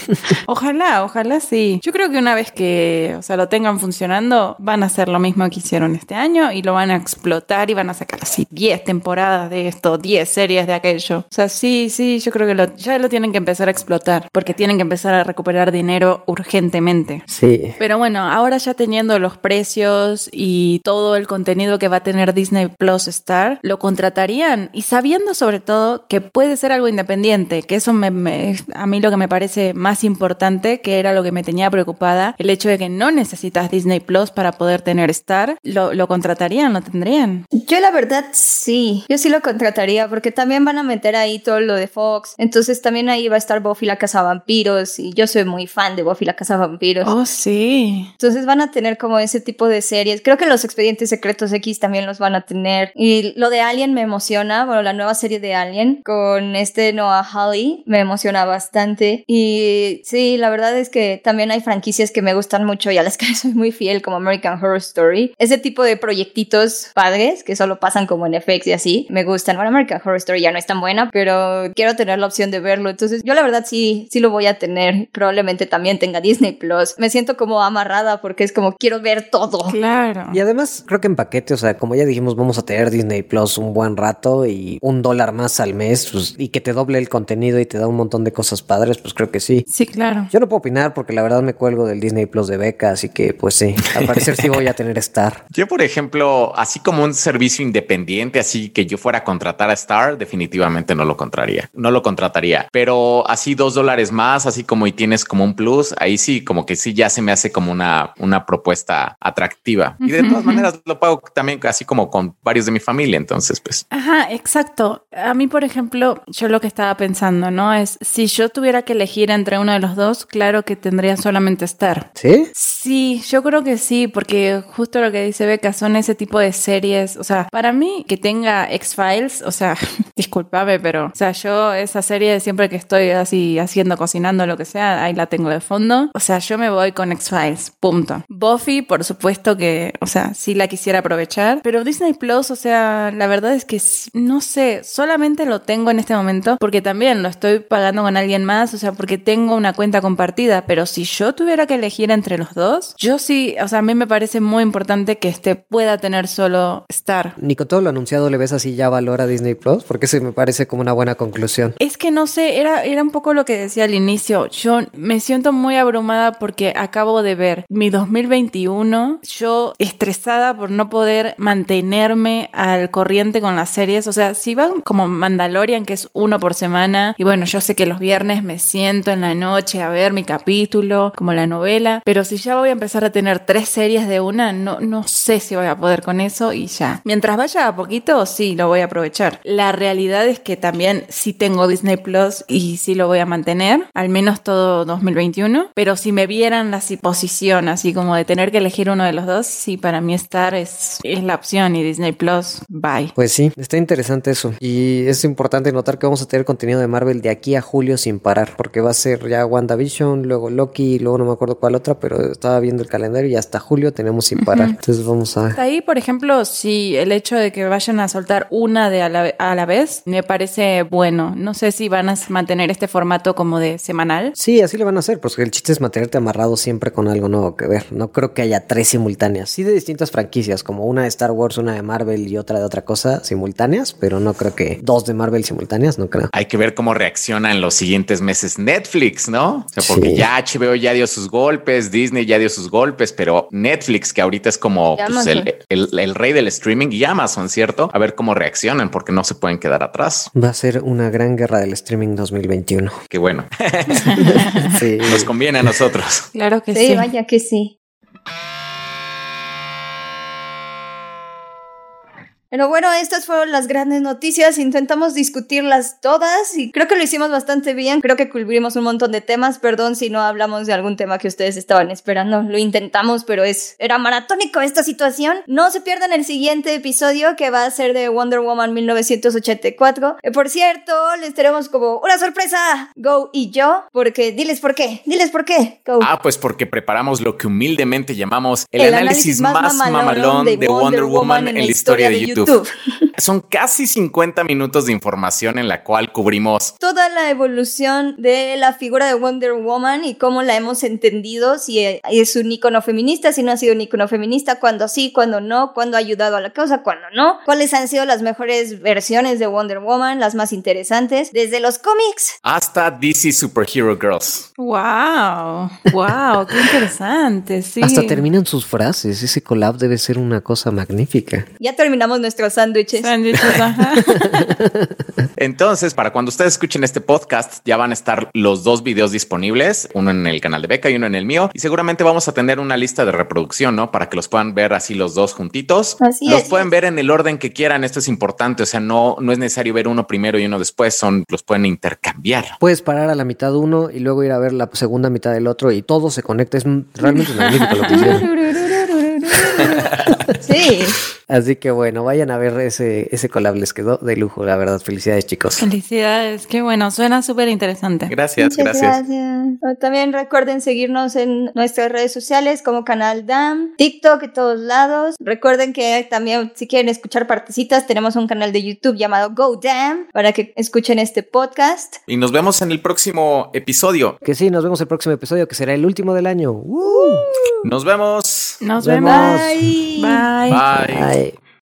Ojalá, ojalá sí. Yo creo que una vez que, o sea, lo tengan funcionando, van a hacer lo mismo que hicieron este año y lo van a explotar y van a sacar así diez temporadas de esto, diez series de aquello. O sea, sí, sí, yo creo que lo, ya lo tienen que empezar a explotar porque tienen que empezar a recuperar dinero urgentemente. Sí. Pero bueno, ahora ya teniendo los precios y todo el contenido que va a tener Disney Plus Star, ¿lo contratarían? Y sabiendo sobre todo que puede ser algo independiente, que eso me, me, a mí lo que me parece más importante, que era lo que me tenía preocupada, el hecho de que no necesitas Disney Plus para poder tener Star, ¿lo, lo contratarían? ¿Lo tendrían? Yo la verdad sí, yo sí lo contrataría porque también van a meter ahí todo lo de Fox, entonces también ahí va a estar Buffy la Cazavampiros y yo soy muy fan de Buffy la Cazavampiros. Oh, sí. Entonces van a tener como ese tipo de series. Creo que los Expedientes Secretos X también los van a tener. Y lo de Alien me emociona, bueno, la nueva serie de Alien con este Noah Hawley me emociona bastante. Y sí, la verdad es que también hay franquicias que me gustan mucho y a las que soy muy fiel, como American Horror Story. Ese tipo de proyectitos padres que solo pasan como en F X y así, me gustan. Bueno, American Horror Story ya no es tan buena, pero quiero tener la opción de verlo. Entonces yo la verdad sí, sí lo voy a tener. Probablemente también tenga Disney Plus. Me siento como amarrada porque es como quiero ver todo. Claro. Y además creo que en paquete, o sea, como ya dijimos, vamos a tener Disney Plus un buen rato y un dólar más al mes, pues, y que te doble el contenido y te da un montón de cosas padres, pues creo que sí. Sí, claro. Yo no puedo opinar porque la verdad me cuelgo del Disney Plus de beca, así que pues sí, al parecer sí voy a tener Star. Yo, por ejemplo, así como un servicio independiente, así que yo fuera a contratar a Star, definitivamente no lo contrataría. No lo contrataría. Pero así dos dólares más, así como y tienes como un plus, ahí sí, como que sí ya se me hace como una, una propuesta atractiva. Y de todas maneras lo pago también así como con varios de mi familia. Entonces, pues. Ajá, exacto. A mí, por ejemplo, yo lo que estaba pensando, ¿no? Es si yo tuviera que elegir entre uno de los dos, claro que tendría solamente Star. ¿Sí? Sí, yo creo que sí, porque justo lo que dice Beca son ese tipo de series. O sea, para mí que tenga X-Files, o sea, discúlpame, pero, o sea, yo esa serie siempre que estoy así haciendo, cocinando, lo que sea, ahí la tengo de fondo. O sea, yo me voy con X-Files, punto. Buffy, por supuesto que, o sea, sí la quisiera aprovechar, pero Disney Plus, o sea, la verdad es que no sé, solamente lo tengo en este momento porque también lo estoy pagando con alguien más, o sea, porque tengo una cuenta compartida, pero si yo tuviera que elegir entre los dos, yo sí, o sea, a mí me parece muy importante que este pueda tener solo Star. Ni con todo lo anunciado le ves así ya valor a Disney Plus, porque eso me parece como una buena conclusión. Es que no sé, era, era un poco lo que decía al inicio, yo me siento muy abrumada porque acabo de ver mi dos mil veintiuno, yo estresada por no poder mantenerme al corriente con las series, o sea, si van como Mandalorian, que es uno por semana, y bueno, yo sé que los viernes me siento en la noche a ver mi capítulo, como la novela, pero si ya voy a empezar a tener tres series de una, no, no sé si voy a poder con eso y ya. Mientras vaya a poquito, sí, lo voy a aprovechar. La realidad es que también sí tengo Disney Plus y sí lo voy a mantener, al menos todo dos mil veintiuno, pero si me vieran la posición así como de tener que elegir uno de los dos, sí, para mí Star es, es la opción y Disney Plus, bye. Pues sí, está interesante eso. Y es importante notar notar que vamos a tener contenido de Marvel de aquí a julio sin parar, porque va a ser ya WandaVision, luego Loki, luego no me acuerdo cuál otra, pero estaba viendo el calendario y hasta julio tenemos sin parar. Uh-huh. Entonces vamos a... Ahí, por ejemplo, sí, el hecho de que vayan a soltar una de a la, a la vez me parece bueno. No sé si van a mantener este formato como de semanal. Sí, así le van a hacer, porque el chiste es mantenerte amarrado siempre con algo nuevo que ver. No creo que haya tres simultáneas. Sí de distintas franquicias, como una de Star Wars, una de Marvel y otra de otra cosa simultáneas, pero no creo que dos de Marvel simultáneas, no creo. Hay que ver cómo reacciona en los siguientes meses Netflix, ¿no? O sea, porque sí. Ya H B O ya dio sus golpes, Disney ya dio sus golpes, pero Netflix, que ahorita es como pues, el, el, el rey del streaming, y Amazon, ¿cierto? A ver cómo reaccionan, porque no se pueden quedar atrás. Va a ser una gran guerra del streaming dos mil veintiuno. Qué bueno. Sí. Nos conviene a nosotros. Claro que sí. Sí, vaya que sí. Pero bueno, estas fueron las grandes noticias, intentamos discutirlas todas y creo que lo hicimos bastante bien, creo que cubrimos un montón de temas, perdón si no hablamos de algún tema que ustedes estaban esperando, lo intentamos, pero es era maratónico esta situación. No se pierdan el siguiente episodio que va a ser de Wonder Woman mil novecientos ochenta y cuatro, eh, por cierto, les tenemos como una sorpresa, Go y yo, porque diles por qué, diles por qué, Go. Ah, pues porque preparamos lo que humildemente llamamos el, el análisis, análisis más mamalón, mamalón de, de Wonder, Wonder Woman en la historia de YouTube. YouTube. Son casi cincuenta minutos de información en la cual cubrimos toda la evolución de la figura de Wonder Woman y cómo la hemos entendido, si es un ícono feminista, si no ha sido un ícono feminista, cuándo sí, cuándo no, cuándo ha ayudado a la causa, cuándo no, cuáles han sido las mejores versiones de Wonder Woman, las más interesantes, desde los cómics hasta D C Superhero Girls. ¡Wow! ¡Wow! ¡Qué interesante! Sí. Hasta terminan sus frases. Ese collab debe ser una cosa magnífica. Ya terminamos nuestros sándwiches. Sándwiches, ajá. Entonces, para cuando ustedes escuchen este podcast, ya van a estar los dos videos disponibles, uno en el canal de Beca y uno en el mío, y seguramente vamos a tener una lista de reproducción, ¿no? Para que los puedan ver así los dos juntitos. Así los es. pueden ver en el orden que quieran, esto es importante, o sea, no, no es necesario ver uno primero y uno después, son, los pueden intercambiar. Puedes parar a la mitad uno y luego ir a ver la segunda mitad del otro y todo se conecta, es realmente magnífico lo que hicieron. Sí. Así que bueno, vayan a ver ese, ese collab, les quedó de lujo, la verdad. Felicidades, chicos. Felicidades, qué bueno, suena súper interesante. Gracias, Muchas gracias. gracias. También recuerden seguirnos en nuestras redes sociales como Canal D A M, TikTok y todos lados. Recuerden que también si quieren escuchar partecitas, tenemos un canal de YouTube llamado Go D A M para que escuchen este podcast. Y nos vemos en el próximo episodio. Que sí, nos vemos el próximo episodio, que será el último del año. ¡Uh! Nos vemos. Nos, Nos vemos. vemos. Bye. Bye. Bye. Bye.